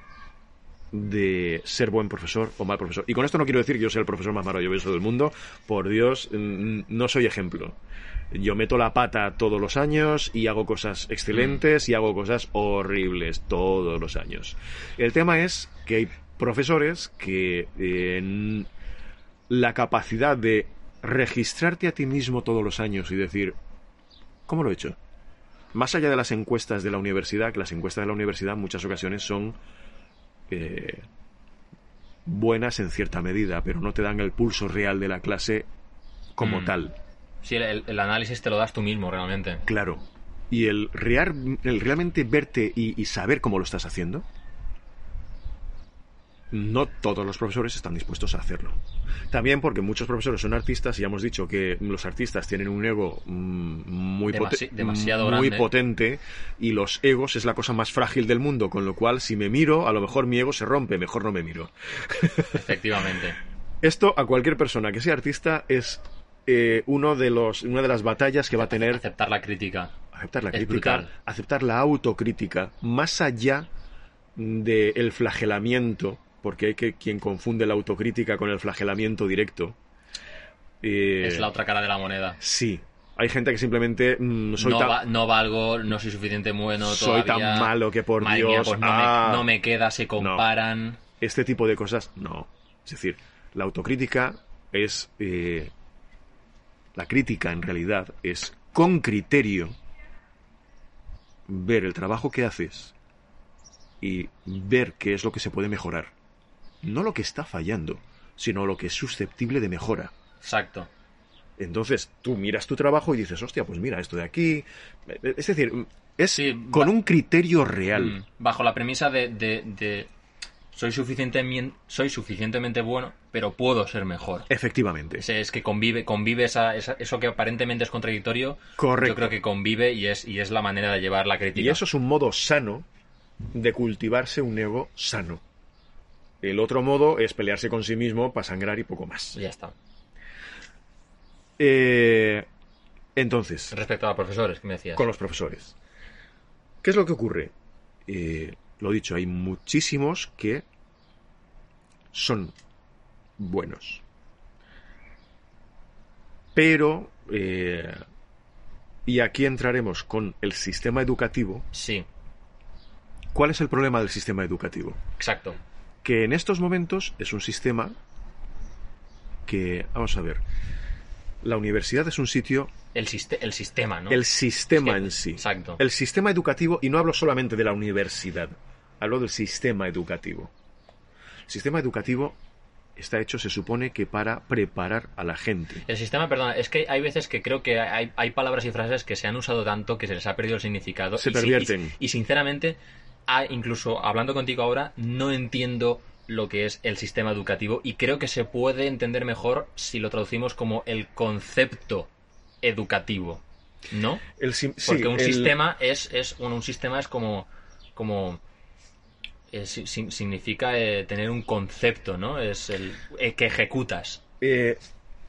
de ser buen profesor o mal profesor. Y con esto no quiero decir que yo sea el profesor más maravilloso del mundo. Por Dios, no soy ejemplo. Yo meto la pata todos los años y hago cosas excelentes mm. y hago cosas horribles todos los años. El tema es que hay profesores que eh, la capacidad de registrarte a ti mismo todos los años y decir, ¿cómo lo he hecho? Más allá de las encuestas de la universidad, que las encuestas de la universidad en muchas ocasiones son eh, buenas en cierta medida, pero no te dan el pulso real de la clase como mm. tal. Sí, el, el análisis te lo das tú mismo, realmente. Claro. Y el, real, el realmente verte y, y saber cómo lo estás haciendo, no todos los profesores están dispuestos a hacerlo. También porque muchos profesores son artistas y ya hemos dicho que los artistas tienen un ego mmm, muy, Demasi- poten- demasiado muy grande. potente, y los egos es la cosa más frágil del mundo, con lo cual si me miro, a lo mejor mi ego se rompe, mejor no me miro. Efectivamente. Esto a cualquier persona que sea artista es eh, uno de los, una de las batallas que va a tener. Aceptar la crítica. Aceptar la es crítica, brutal. aceptar la autocrítica, más allá del flagelamiento, porque hay que quien confunde la autocrítica con el flagelamiento directo. Eh, es la otra cara de la moneda. Sí. Hay gente que simplemente mmm, soy no, tan, va, no valgo, no soy suficiente bueno soy todavía. tan malo que por Madre Dios mía, pues no, ah, me, no me queda, se comparan. No. Este tipo de cosas, no. Es decir, la autocrítica es eh, la crítica en realidad es con criterio ver el trabajo que haces y ver qué es lo que se puede mejorar. No lo que está fallando, sino lo que es susceptible de mejora. Exacto. Entonces, tú miras tu trabajo y dices, hostia, pues mira, esto de aquí... Es decir, es sí, con ba- un criterio real. Bajo la premisa de... de, de soy, suficientemente, soy suficientemente bueno, pero puedo ser mejor. Efectivamente. Es, es que convive, convive esa, esa, eso que aparentemente es contradictorio. Correcto. Yo creo que convive y es, y es la manera de llevar la crítica. Y eso es un modo sano de cultivarse un ego sano. El otro modo es pelearse con sí mismo para sangrar y poco más. Ya está. Eh, entonces... Respecto a los profesores, ¿qué me decías? Con los profesores. ¿Qué es lo que ocurre? Eh, lo dicho, hay muchísimos que son buenos. Pero... Eh, y aquí entraremos con el sistema educativo. Sí. ¿Cuál es el problema del sistema educativo? Exacto. Que en estos momentos es un sistema que, vamos a ver, la universidad es un sitio... El, siste- el sistema, ¿no? El sistema Es que- en sí. Exacto. El sistema educativo, y no hablo solamente de la universidad, hablo del sistema educativo. El sistema educativo está hecho, se supone, que para preparar a la gente. El sistema, perdona, es que hay veces que creo que hay, hay palabras y frases que se han usado tanto que se les ha perdido el significado. Se y, si- pervierten. Y, y sinceramente, ah, incluso hablando contigo ahora, no entiendo lo que es el sistema educativo y creo que se puede entender mejor si lo traducimos como el concepto educativo, ¿no? El sim- sí, Porque un el- sistema es, es bueno, un sistema es como como eh, si- si- significa eh, tener un concepto, ¿no? Es el eh, que ejecutas. Eh,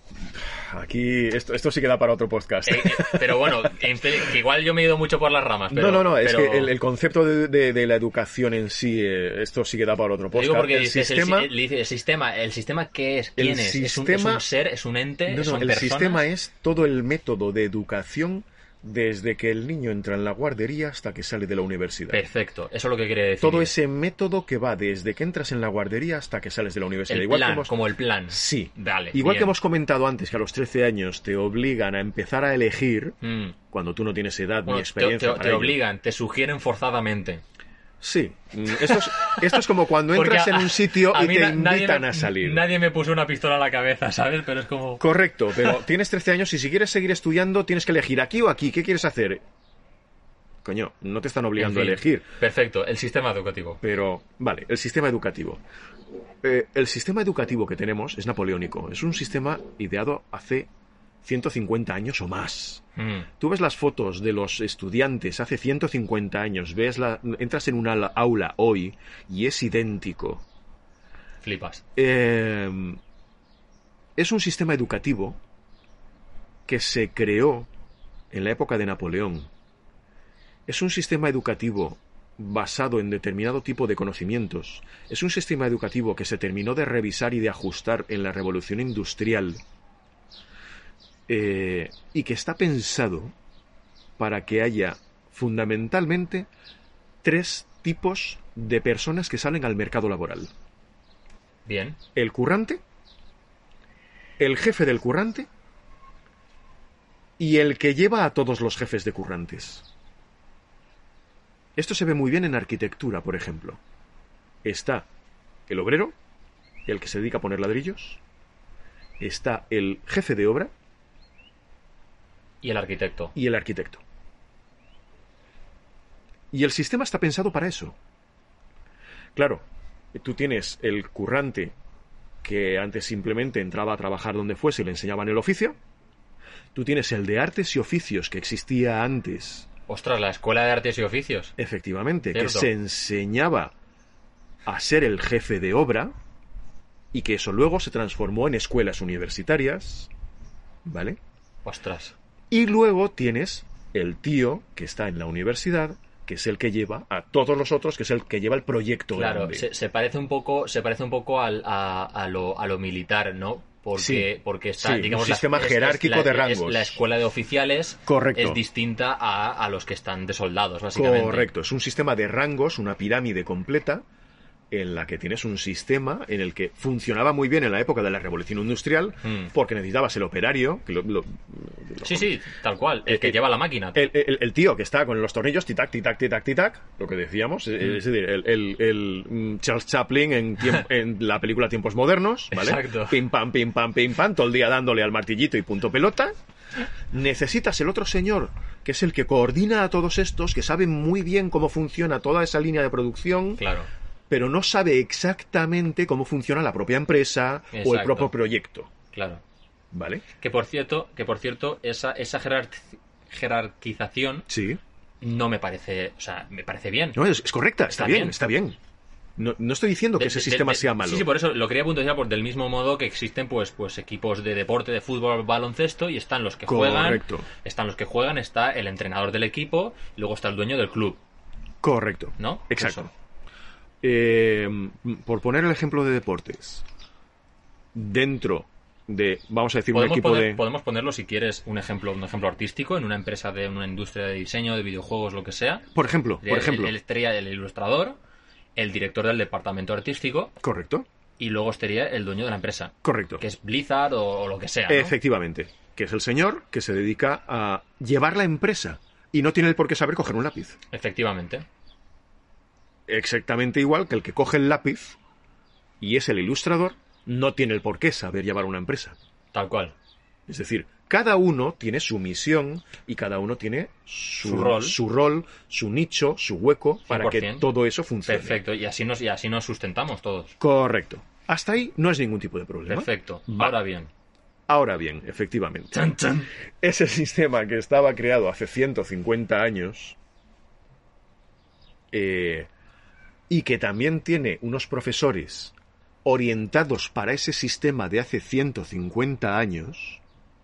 aquí, esto, esto sí que da para otro podcast. Eh, eh, pero bueno, en fe- que igual yo me he ido mucho por las ramas. Pero, no, no, no, es pero- que el, el concepto de, de- de la educación en sí, eh, esto sí que da para otro Lo podcast. digo porque el dices, el, sistema, si- el, dice, el sistema, ¿el sistema qué es? El ¿Quién es? ¿Es un, sistema- es un ser? ¿Es un ente? no, no, ¿Son el personas? sistema es todo el método de educación desde que el niño entra en la guardería hasta que sale de la universidad. Perfecto, eso es lo que quiere decir. Todo ese método que va desde que entras en la guardería hasta que sales de la universidad. El Igual plan, que hemos... como el plan. Sí. Vale, Igual bien. que hemos comentado antes que a los trece años te obligan a empezar a elegir Mm. cuando tú no tienes edad Bueno, ni te, experiencia. te- para te ello. obligan, te sugieren forzadamente. Sí. Mm, Esto es, esto es como cuando Porque entras a- en un sitio a y mí te na- nadie invitan me- a salir. Nadie me puso una pistola a la cabeza, ¿sabes? Pero es como... Correcto, pero tienes trece años y si quieres seguir estudiando tienes que elegir aquí o aquí. ¿Qué quieres hacer? Coño, no te están obligando En fin, a elegir. Perfecto, el sistema educativo. Pero, vale, el sistema educativo. Eh, el sistema educativo que tenemos es napoleónico. Es un sistema ideado hace ciento cincuenta años o más. Mm. Tú ves las fotos de los estudiantes hace ciento cincuenta años, ves la, entras en una ala- aula hoy y es idéntico. Flipas. Eh, es un sistema educativo que se creó en la época de Napoleón es un sistema educativo basado en determinado tipo de conocimientos, es un sistema educativo que se terminó de revisar y de ajustar en la Revolución Industrial, eh, y que está pensado para que haya fundamentalmente tres tipos de personas que salen al mercado laboral. Bien. El currante, el jefe del currante y el que lleva a todos los jefes de currantes. Esto se ve muy bien en arquitectura, por ejemplo. Está el obrero, el que se dedica a poner ladrillos. Está el jefe de obra. Y el arquitecto. Y el arquitecto. Y el sistema está pensado para eso. Claro, tú tienes el currante que antes simplemente entraba a trabajar donde fuese y le enseñaban el oficio. Tú tienes el de artes y oficios que existía antes. Ostras, la Escuela de Artes y Oficios. Efectivamente, Cierto. que se enseñaba a ser el jefe de obra y que eso luego se transformó en escuelas universitarias, ¿vale? Ostras. Y luego tienes el tío que está en la universidad, que es el que lleva a todos los otros, que es el que lleva el proyecto Claro, grande. se, se parece un poco, se parece un poco al, a, a, lo, a lo militar, ¿no? Porque, Sí, porque está, sí, digamos, un sistema la, es- jerárquico es la, de rangos. es la escuela de oficiales. Correcto. Es distinta a, a los que están de soldados, básicamente. Correcto, es un sistema de rangos, una pirámide completa, en la que tienes un sistema en el que funcionaba muy bien en la época de la Revolución Industrial, Mm. porque necesitabas el operario, que lo- lo- lo- Sí, sí, tal cual. El que Eh, lleva la máquina. El, el- el tío que está con los tornillos, titac, titac, titac, titac, lo que decíamos, es, Mm. es decir, el, el- el, mm, Charles Chaplin en, tiemp- en la película Tiempos Modernos, ¿vale? Exacto. Pim, pam, pim, pam, pim, pam, todo el día dándole al martillito y punto pelota. Necesitas el otro señor, que es el que coordina a todos estos, que sabe muy bien cómo funciona toda esa línea de producción, Claro. pero no sabe exactamente cómo funciona la propia empresa o el Exacto. propio proyecto, Claro. ¿vale? Que por cierto, que por cierto, esa, esa jerar- jerarquización Sí. no me parece, o sea, me parece bien. No, es, es correcta, está, Está bien, bien. está bien. No, no estoy diciendo que De- ese de- sistema de- sea malo. Sí, sí, por eso lo quería puntualizar, por del mismo modo que existen pues pues equipos de deporte, de fútbol, baloncesto, y están los que juegan, Correcto. están los que juegan, está el entrenador del equipo, y luego está el dueño del club, Correcto. ¿no? Exacto. Eso. Eh, por poner el ejemplo de deportes, dentro de, vamos a decir, un Podemos, equipo poner- de... podemos ponerlo, si quieres, un ejemplo un ejemplo artístico en una empresa de una industria de diseño, de videojuegos, lo que sea. Por ejemplo, por El- ejemplo. el, estaría el ilustrador, el director del departamento artístico, Correcto, y luego estaría el dueño de la empresa, correcto. que es Blizzard o, o lo que sea, ¿no? Efectivamente. Que es el señor que se dedica a llevar la empresa y no tiene el por qué saber coger un lápiz. Efectivamente. Exactamente igual que el que coge el lápiz y es el ilustrador, no tiene el por qué saber llevar una empresa. Tal cual. Es decir, cada uno tiene su misión y cada uno tiene su, Su rol. su rol, su nicho, su hueco para cien por que ciento. todo eso funcione. Perfecto, y así nos, y así nos sustentamos todos. Correcto. Hasta ahí no es ningún tipo de problema. Perfecto. Va. Ahora bien. Ahora bien, efectivamente, ese sistema que estaba creado hace ciento cincuenta años eh, y que también tiene unos profesores orientados para ese sistema de hace ciento cincuenta años,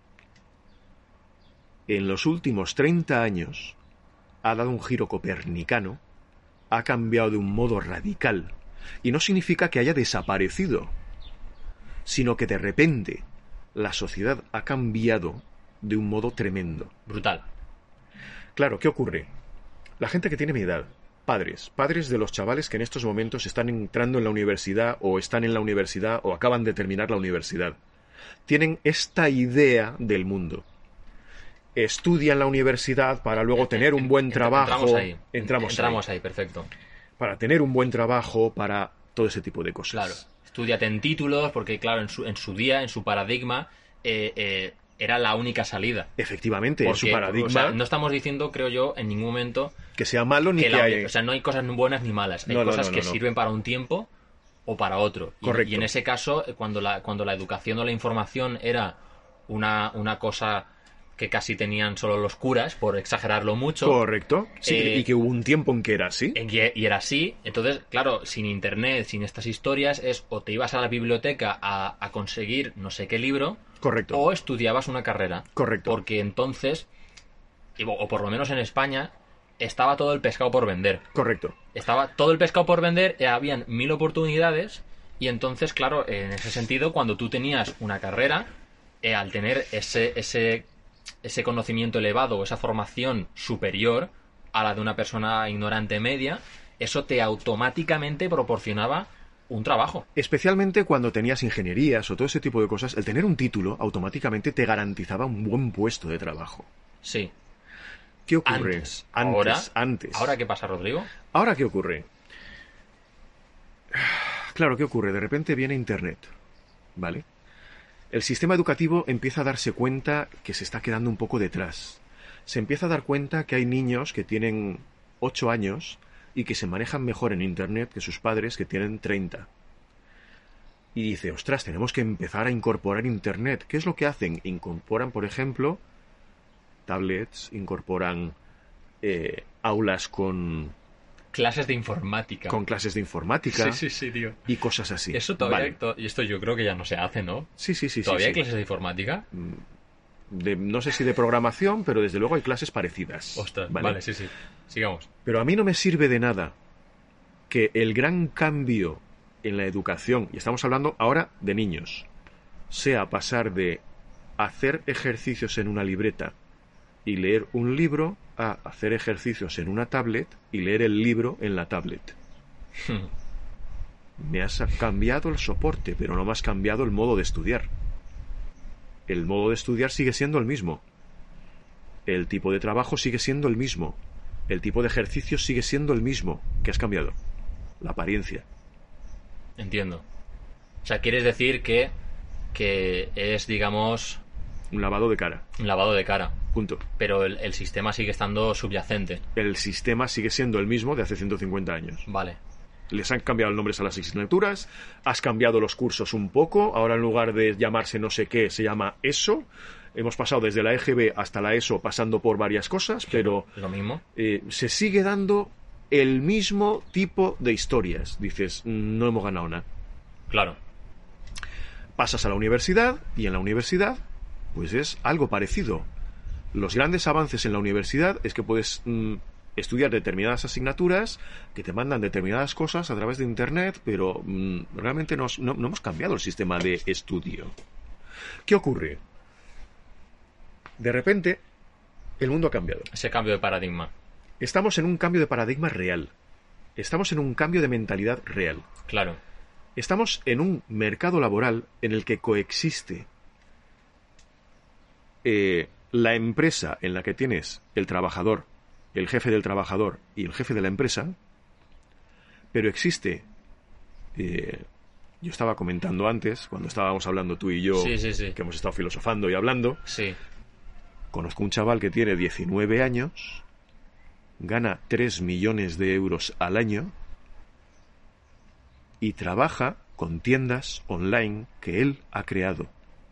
en los últimos treinta años ha dado un giro copernicano, ha cambiado de un modo radical, y no significa que haya desaparecido, sino que de repente la sociedad ha cambiado de un modo tremendo. Brutal. Claro, ¿qué ocurre? La gente que tiene mi edad, padres, padres de los chavales que en estos momentos están entrando en la universidad o están en la universidad o acaban de terminar la universidad, tienen esta idea del mundo. Estudian la universidad para luego tener un buen trabajo. Entramos ahí. Entramos, Entramos ahí. ahí, perfecto. Para tener un buen trabajo, para todo ese tipo de cosas. Claro. Estúdiate en títulos, porque claro, en su, en su día, en su paradigma, eh, eh, era la única salida. Efectivamente, en Porque, su paradigma, o sea, no estamos diciendo, creo yo, en ningún momento que sea malo ni que que, la- haya... o sea, no hay cosas buenas ni malas. Hay No, no, cosas no, no, que no. sirven para un tiempo o para otro. Y, Correcto. y en ese caso, eh, cuando la, cuando la educación o la información era una, una cosa que casi tenían solo los curas, por exagerarlo mucho. Correcto. Sí, Eh, y que hubo un tiempo en que era así. En que- Y era así, entonces, claro, sin internet, sin estas historias, es o te ibas a la biblioteca a, a conseguir no sé qué libro, Correcto. o estudiabas una carrera. Correcto. Porque entonces, o por lo menos en España, estaba todo el pescado por vender. Correcto. Estaba todo el pescado por vender, eh, habían mil oportunidades, y entonces, claro, en ese sentido, cuando tú tenías una carrera, eh, al tener ese, ese, ese conocimiento elevado, esa formación superior a la de una persona ignorante media, eso te automáticamente proporcionaba un trabajo. Especialmente cuando tenías ingenierías o todo ese tipo de cosas, el tener un título automáticamente te garantizaba un buen puesto de trabajo. Sí. ¿Qué ocurre? Antes. Antes, Ahora, antes. ¿Ahora qué pasa, Rodrigo? ¿Ahora qué ocurre? Claro, ¿qué ocurre? De repente viene Internet, ¿vale? El sistema educativo empieza a darse cuenta que se está quedando un poco detrás. Se empieza a dar cuenta que hay niños que tienen ocho años y que se manejan mejor en Internet que sus padres que tienen treinta. Y dice, ostras, tenemos que empezar a incorporar Internet. ¿Qué es lo que hacen? Incorporan, por ejemplo, tablets, incorporan eh, aulas con... Clases de informática. Con clases de informática. Sí, sí, sí, tío. Y cosas así. Eso todavía... Vale. To- y esto yo creo que ya no se hace, ¿no? Sí, sí, sí. ¿Todavía sí, hay sí. clases de informática? De, no sé si de programación, pero desde luego hay clases parecidas. Ostras, ¿vale? vale, sí, sí. Sigamos. Pero a mí no me sirve de nada que el gran cambio en la educación, y estamos hablando ahora de niños, sea pasar de hacer ejercicios en una libreta y leer un libro a hacer ejercicios en una tablet y leer el libro en la tablet. Me has cambiado el soporte, pero no me has cambiado el modo de estudiar. El modo de estudiar sigue siendo el mismo. El tipo de trabajo sigue siendo el mismo. El tipo de ejercicio sigue siendo el mismo. ¿Qué has cambiado? La apariencia. Entiendo. O sea, quieres decir que, que es, digamos, Un lavado de cara. un lavado de cara. Punto. Pero el, el sistema sigue estando subyacente. El sistema sigue siendo el mismo de hace ciento cincuenta años. Vale. Les han cambiado los nombres a las asignaturas, has cambiado los cursos un poco, ahora en lugar de llamarse no sé qué, se llama ESO. Hemos pasado desde la E G B hasta la ESO pasando por varias cosas, pero ¿Lo mismo? eh, se sigue dando el mismo tipo de historias. Dices, no hemos ganado nada. Claro. Pasas a la universidad y en la universidad pues es algo parecido. Los grandes avances en la universidad es que puedes mm, estudiar determinadas asignaturas, que te mandan determinadas cosas a través de Internet, pero mm, realmente nos- no, no hemos cambiado el sistema de estudio. ¿Qué ocurre? De repente, el mundo ha cambiado. Ese cambio de paradigma. Estamos en un cambio de paradigma real. Estamos en un cambio de mentalidad real. Claro. Estamos en un mercado laboral en el que coexiste eh, la empresa en la que tienes el trabajador, el jefe del trabajador y el jefe de la empresa, pero existe... eh, yo estaba comentando antes, cuando estábamos hablando tú y yo, Sí, sí, sí. que hemos estado filosofando y hablando, Sí. conozco un chaval que tiene diecinueve años, gana tres millones de euros al año y trabaja con tiendas online que él ha creado.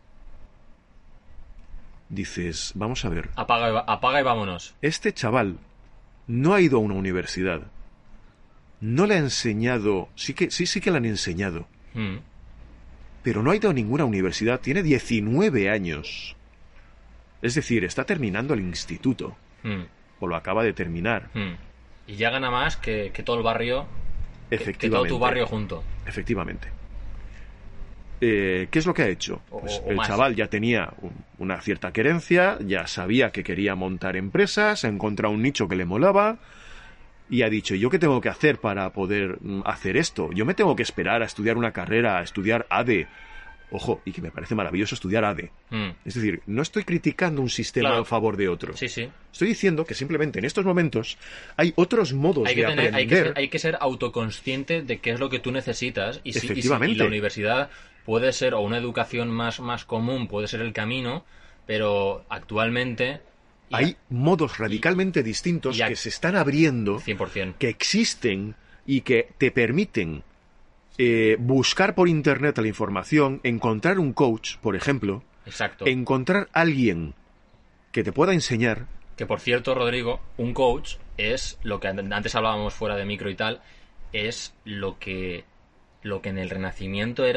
Dices, vamos a ver, Apaga y, va- apaga y vámonos. este chaval no ha ido a una universidad, no le ha enseñado, sí que sí, sí que le han enseñado, Mm. pero no ha ido a ninguna universidad, tiene diecinueve años. Es decir, está terminando el instituto, Mm. o lo acaba de terminar. Mm. Y ya gana más que, que todo el barrio. que- Que todo Efectivamente. tu barrio junto. Efectivamente. Eh, ¿Qué es lo que ha hecho? O- Pues o el más. chaval ya tenía un- una cierta querencia, ya sabía que quería montar empresas, ha encontrado un nicho que le molaba y ha dicho, ¿yo qué tengo que hacer para poder mm, hacer esto? Yo me tengo que esperar a estudiar una carrera, a estudiar A D E. Ojo, y que me parece maravilloso estudiar A D E. Mm. Es decir, no estoy criticando un sistema Claro. en favor de otro. Sí, sí. Estoy diciendo que simplemente en estos momentos hay otros modos Hay que, de tener, hay, que aprender. ser, hay que ser autoconsciente de qué es lo que tú necesitas. Y, si, y si- y Efectivamente. la universidad puede ser, o una educación más, más común puede ser el camino, pero actualmente... y- Hay modos radicalmente distintos y a- que se están abriendo, cien por ciento. que existen y que te permiten eh, buscar por internet la información, encontrar un coach, por ejemplo, Exacto. encontrar alguien que te pueda enseñar. Que por cierto, Rodrigo, un coach es lo que an- antes hablábamos fuera de micro y tal, es lo que, lo que en el Renacimiento era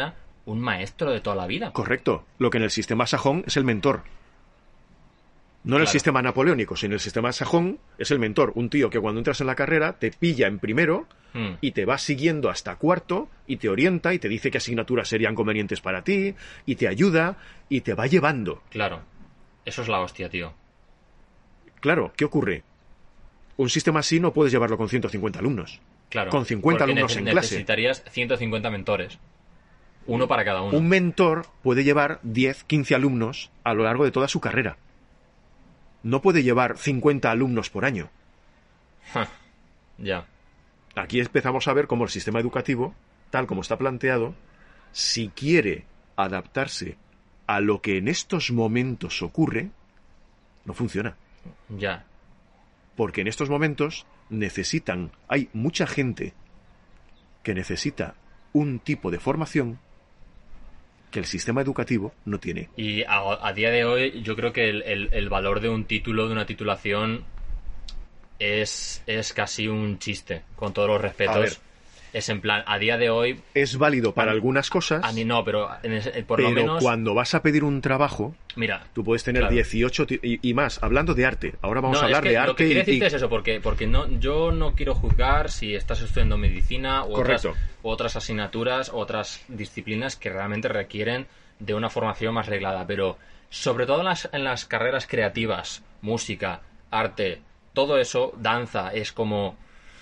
un maestro de toda la vida. Correcto. Lo que en el sistema sajón es el mentor. No en Claro. el sistema napoleónico, sino en el sistema sajón es el mentor. Un tío que cuando entras en la carrera te pilla en primero Mm. y te va siguiendo hasta cuarto y te orienta y te dice qué asignaturas serían convenientes para ti y te ayuda y te va llevando. Claro. Eso es la hostia, tío. Claro, ¿qué ocurre? Un sistema así no puedes llevarlo con ciento cincuenta alumnos. Claro. Con cincuenta Porque alumnos nece- en clase. Necesitarías ciento cincuenta mentores. Uno para cada uno. Un mentor puede llevar diez, quince alumnos a lo largo de toda su carrera. No puede llevar cincuenta alumnos por año. Ja. Ya. Aquí empezamos a ver cómo el sistema educativo, tal como está planteado, si quiere adaptarse a lo que en estos momentos ocurre, no funciona. Ya. Porque en estos momentos necesitan, hay mucha gente que necesita un tipo de formación que el sistema educativo no tiene. Y a, a día de hoy yo creo que el, el- el valor de un título, de una titulación, es, es casi un chiste, con todos los A ver. respetos. Es en plan, a día de hoy, Es válido para A- algunas cosas, a mí no, pero en ese- por pero lo menos... cuando vas a pedir un trabajo, Mira, tú puedes tener claro. dieciocho ti- y, y más, hablando de arte. Ahora vamos no, a hablar es que de lo arte que y, quiero decirte y- es eso, porque, porque no, yo no quiero juzgar si estás estudiando medicina u otras, Correcto. u otras asignaturas, u otras disciplinas que realmente requieren de una formación más reglada, pero sobre todo en las, en las carreras creativas, música, arte, todo eso, danza, es como...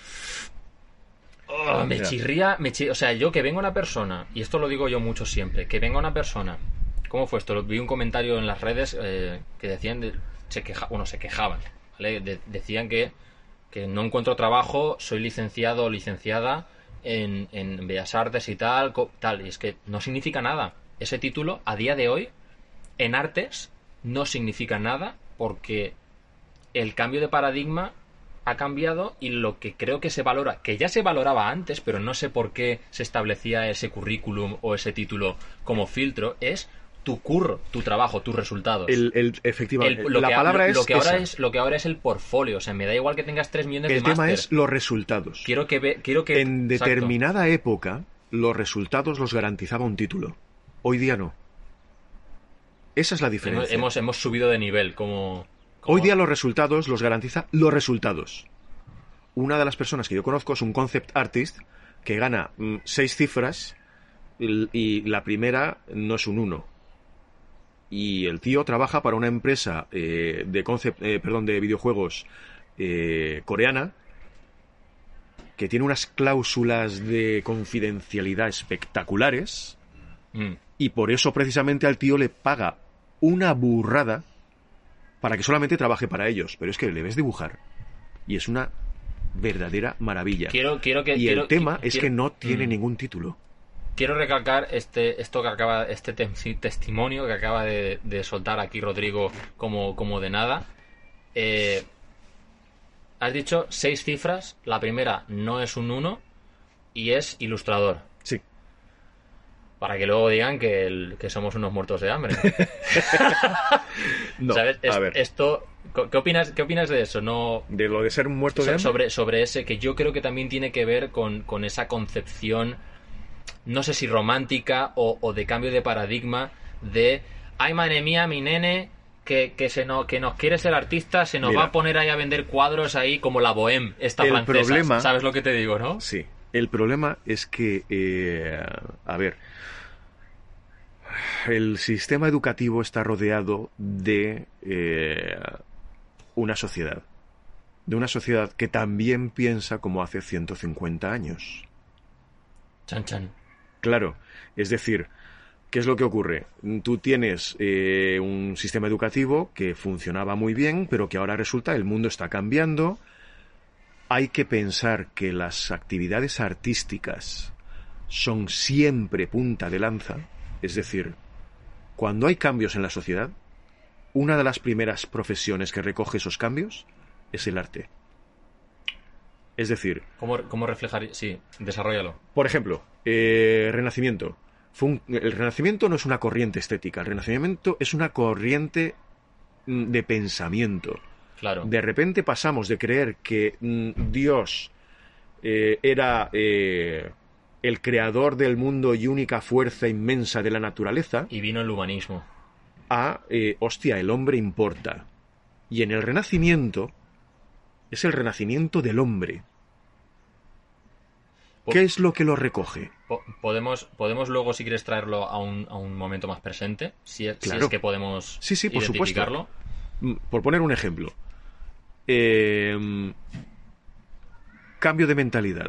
Oh, me Mira. chirría, me chi- o sea, yo que venga una persona, y esto lo digo yo mucho siempre, que venga una persona, ¿cómo fue esto? Lo- Vi un comentario en las redes eh, que decían, de- se queja, bueno, se quejaban, ¿vale? De- decían que, que no encuentro trabajo, soy licenciado o licenciada en, en Bellas Artes y tal, co- tal, y es que no significa nada. Ese título, a día de hoy, en artes, no significa nada porque el cambio de paradigma ha cambiado y lo que creo que se valora, que ya se valoraba antes, pero no sé por qué se establecía ese currículum o ese título como filtro, es tu curro, tu trabajo, tus resultados. el, el- efectivamente, El- lo la que, palabra lo, es lo que ahora esa. es lo que ahora es el portfolio, o sea, me da igual que tengas tres millones El de tema máster. es los resultados. Quiero que ve- quiero que En exacto. determinada época, los resultados los garantizaba un título. Hoy día no. Esa es la hemos, diferencia. hemos hemos subido de nivel como, como- Hoy día los resultados los garantiza los resultados. Una de las personas que yo conozco es un concept artist que gana mm, seis cifras y, y la primera no es un uno. Y el tío trabaja para una empresa eh, de concept, eh, perdón, de videojuegos eh, coreana que tiene unas cláusulas de confidencialidad espectaculares Mm. y por eso precisamente al tío le paga una burrada para que solamente trabaje para ellos. Pero es que le ves dibujar y es una verdadera maravilla. quiero quiero que y quiero- el tema es quiero- que no tiene Mm. ningún título. Quiero recalcar este esto que acaba este te- testimonio que acaba de, de soltar aquí Rodrigo como, como de nada. Eh, has dicho seis cifras. La primera no es un uno y es ilustrador. Sí. Para que luego digan que, el- que somos unos muertos de hambre. No, ¿Sabes? Es- a ver, Esto, ¿qué opinas, ¿qué opinas de eso? No, de lo de ser un muerto de So- hambre, sobre, sobre ese, que yo creo que también tiene que ver con, con esa concepción, no sé si romántica o, o de cambio de paradigma de, ay madre mía, mi nene, que, que, se nos, que nos quiere ser artista, se nos Mira. va a poner ahí a vender cuadros ahí como la Bohème, esta El francesa. problema- ¿Sabes lo que te digo, no? Sí. El problema es que, eh, a ver, el sistema educativo está rodeado de eh, una sociedad. De una sociedad que también piensa como hace ciento cincuenta años. Chan, chan. Claro, es decir, ¿qué es lo que ocurre? Tú tienes eh, un sistema educativo que funcionaba muy bien, pero que ahora resulta el mundo está cambiando. Hay que pensar que las actividades artísticas son siempre punta de lanza, es decir, cuando hay cambios en la sociedad, una de las primeras profesiones que recoge esos cambios es el arte. Es decir, ¿Cómo, cómo reflejar? Sí, desarrollalo. por ejemplo, eh, Renacimiento. Fue un- el Renacimiento no es una corriente estética, el Renacimiento es una corriente mm, de pensamiento. Claro. De repente pasamos de creer que mm, Dios eh, era eh, el creador del mundo y única fuerza inmensa de la naturaleza, Y vino el humanismo. a, eh, hostia, el hombre importa. Y en el Renacimiento es el renacimiento del hombre. Po- ¿Qué es lo que lo recoge? Po- podemos, podemos luego, si quieres, traerlo a un, a un momento más presente, si es, si Claro. es que podemos Sí, sí, por supuesto. identificarlo. Mm, Por poner un ejemplo. Eh, cambio de mentalidad.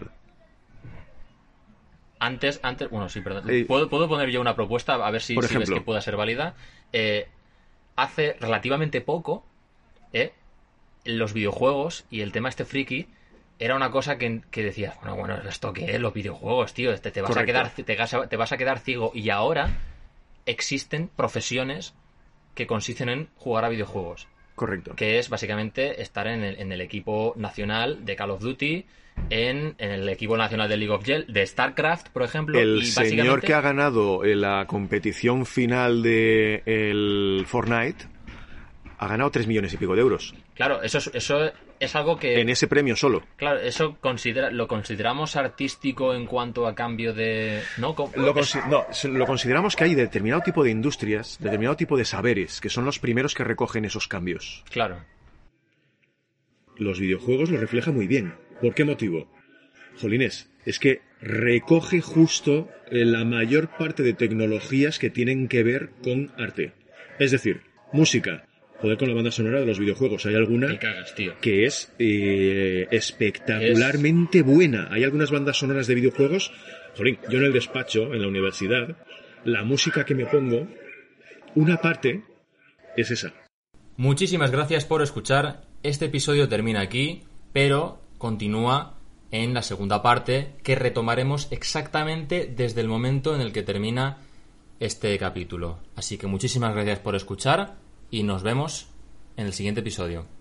Antes, antes, bueno, sí, perdón. Eh, ¿Puedo, puedo poner yo una propuesta a ver si, por si ves ejemplo. que pueda ser válida? Eh, hace relativamente poco, eh, los videojuegos y el tema este friki era una cosa que, que decías, bueno, bueno, ¿esto qué es? Los videojuegos, tío, te, te vas Correcto. a quedar, te, vas a- te vas a quedar ciego. Y ahora existen profesiones que consisten en jugar a videojuegos, Correcto. que es básicamente estar en el, en el equipo nacional de Call of Duty, en, en el equipo nacional de League of Legends, de StarCraft, por ejemplo. El y señor básicamente- que ha ganado en la competición final de el Fortnite ha ganado tres millones y pico de euros. Claro, eso es, eso es algo que... En ese premio solo. Claro, eso considera, lo consideramos artístico en cuanto a cambio de... ¿No? Co- Lo, es- consi- no, se- lo consideramos que hay determinado tipo de industrias, determinado tipo de saberes, que son los primeros que recogen esos cambios. Claro. Los videojuegos lo reflejan muy bien. ¿Por qué motivo? Jolines, es que recoge justo eh, la mayor parte de tecnologías que tienen que ver con arte. Es decir, música. Joder, con la banda sonora de los videojuegos. Hay alguna Te cagas, tío. que es eh, espectacularmente buena. Hay algunas bandas sonoras de videojuegos. Jolín, yo en el despacho, en la universidad, la música que me pongo, una parte es esa. Muchísimas gracias por escuchar. Este episodio termina aquí, pero continúa en la segunda parte, que retomaremos exactamente desde el momento en el que termina este capítulo. Así que muchísimas gracias por escuchar y nos vemos en el siguiente episodio.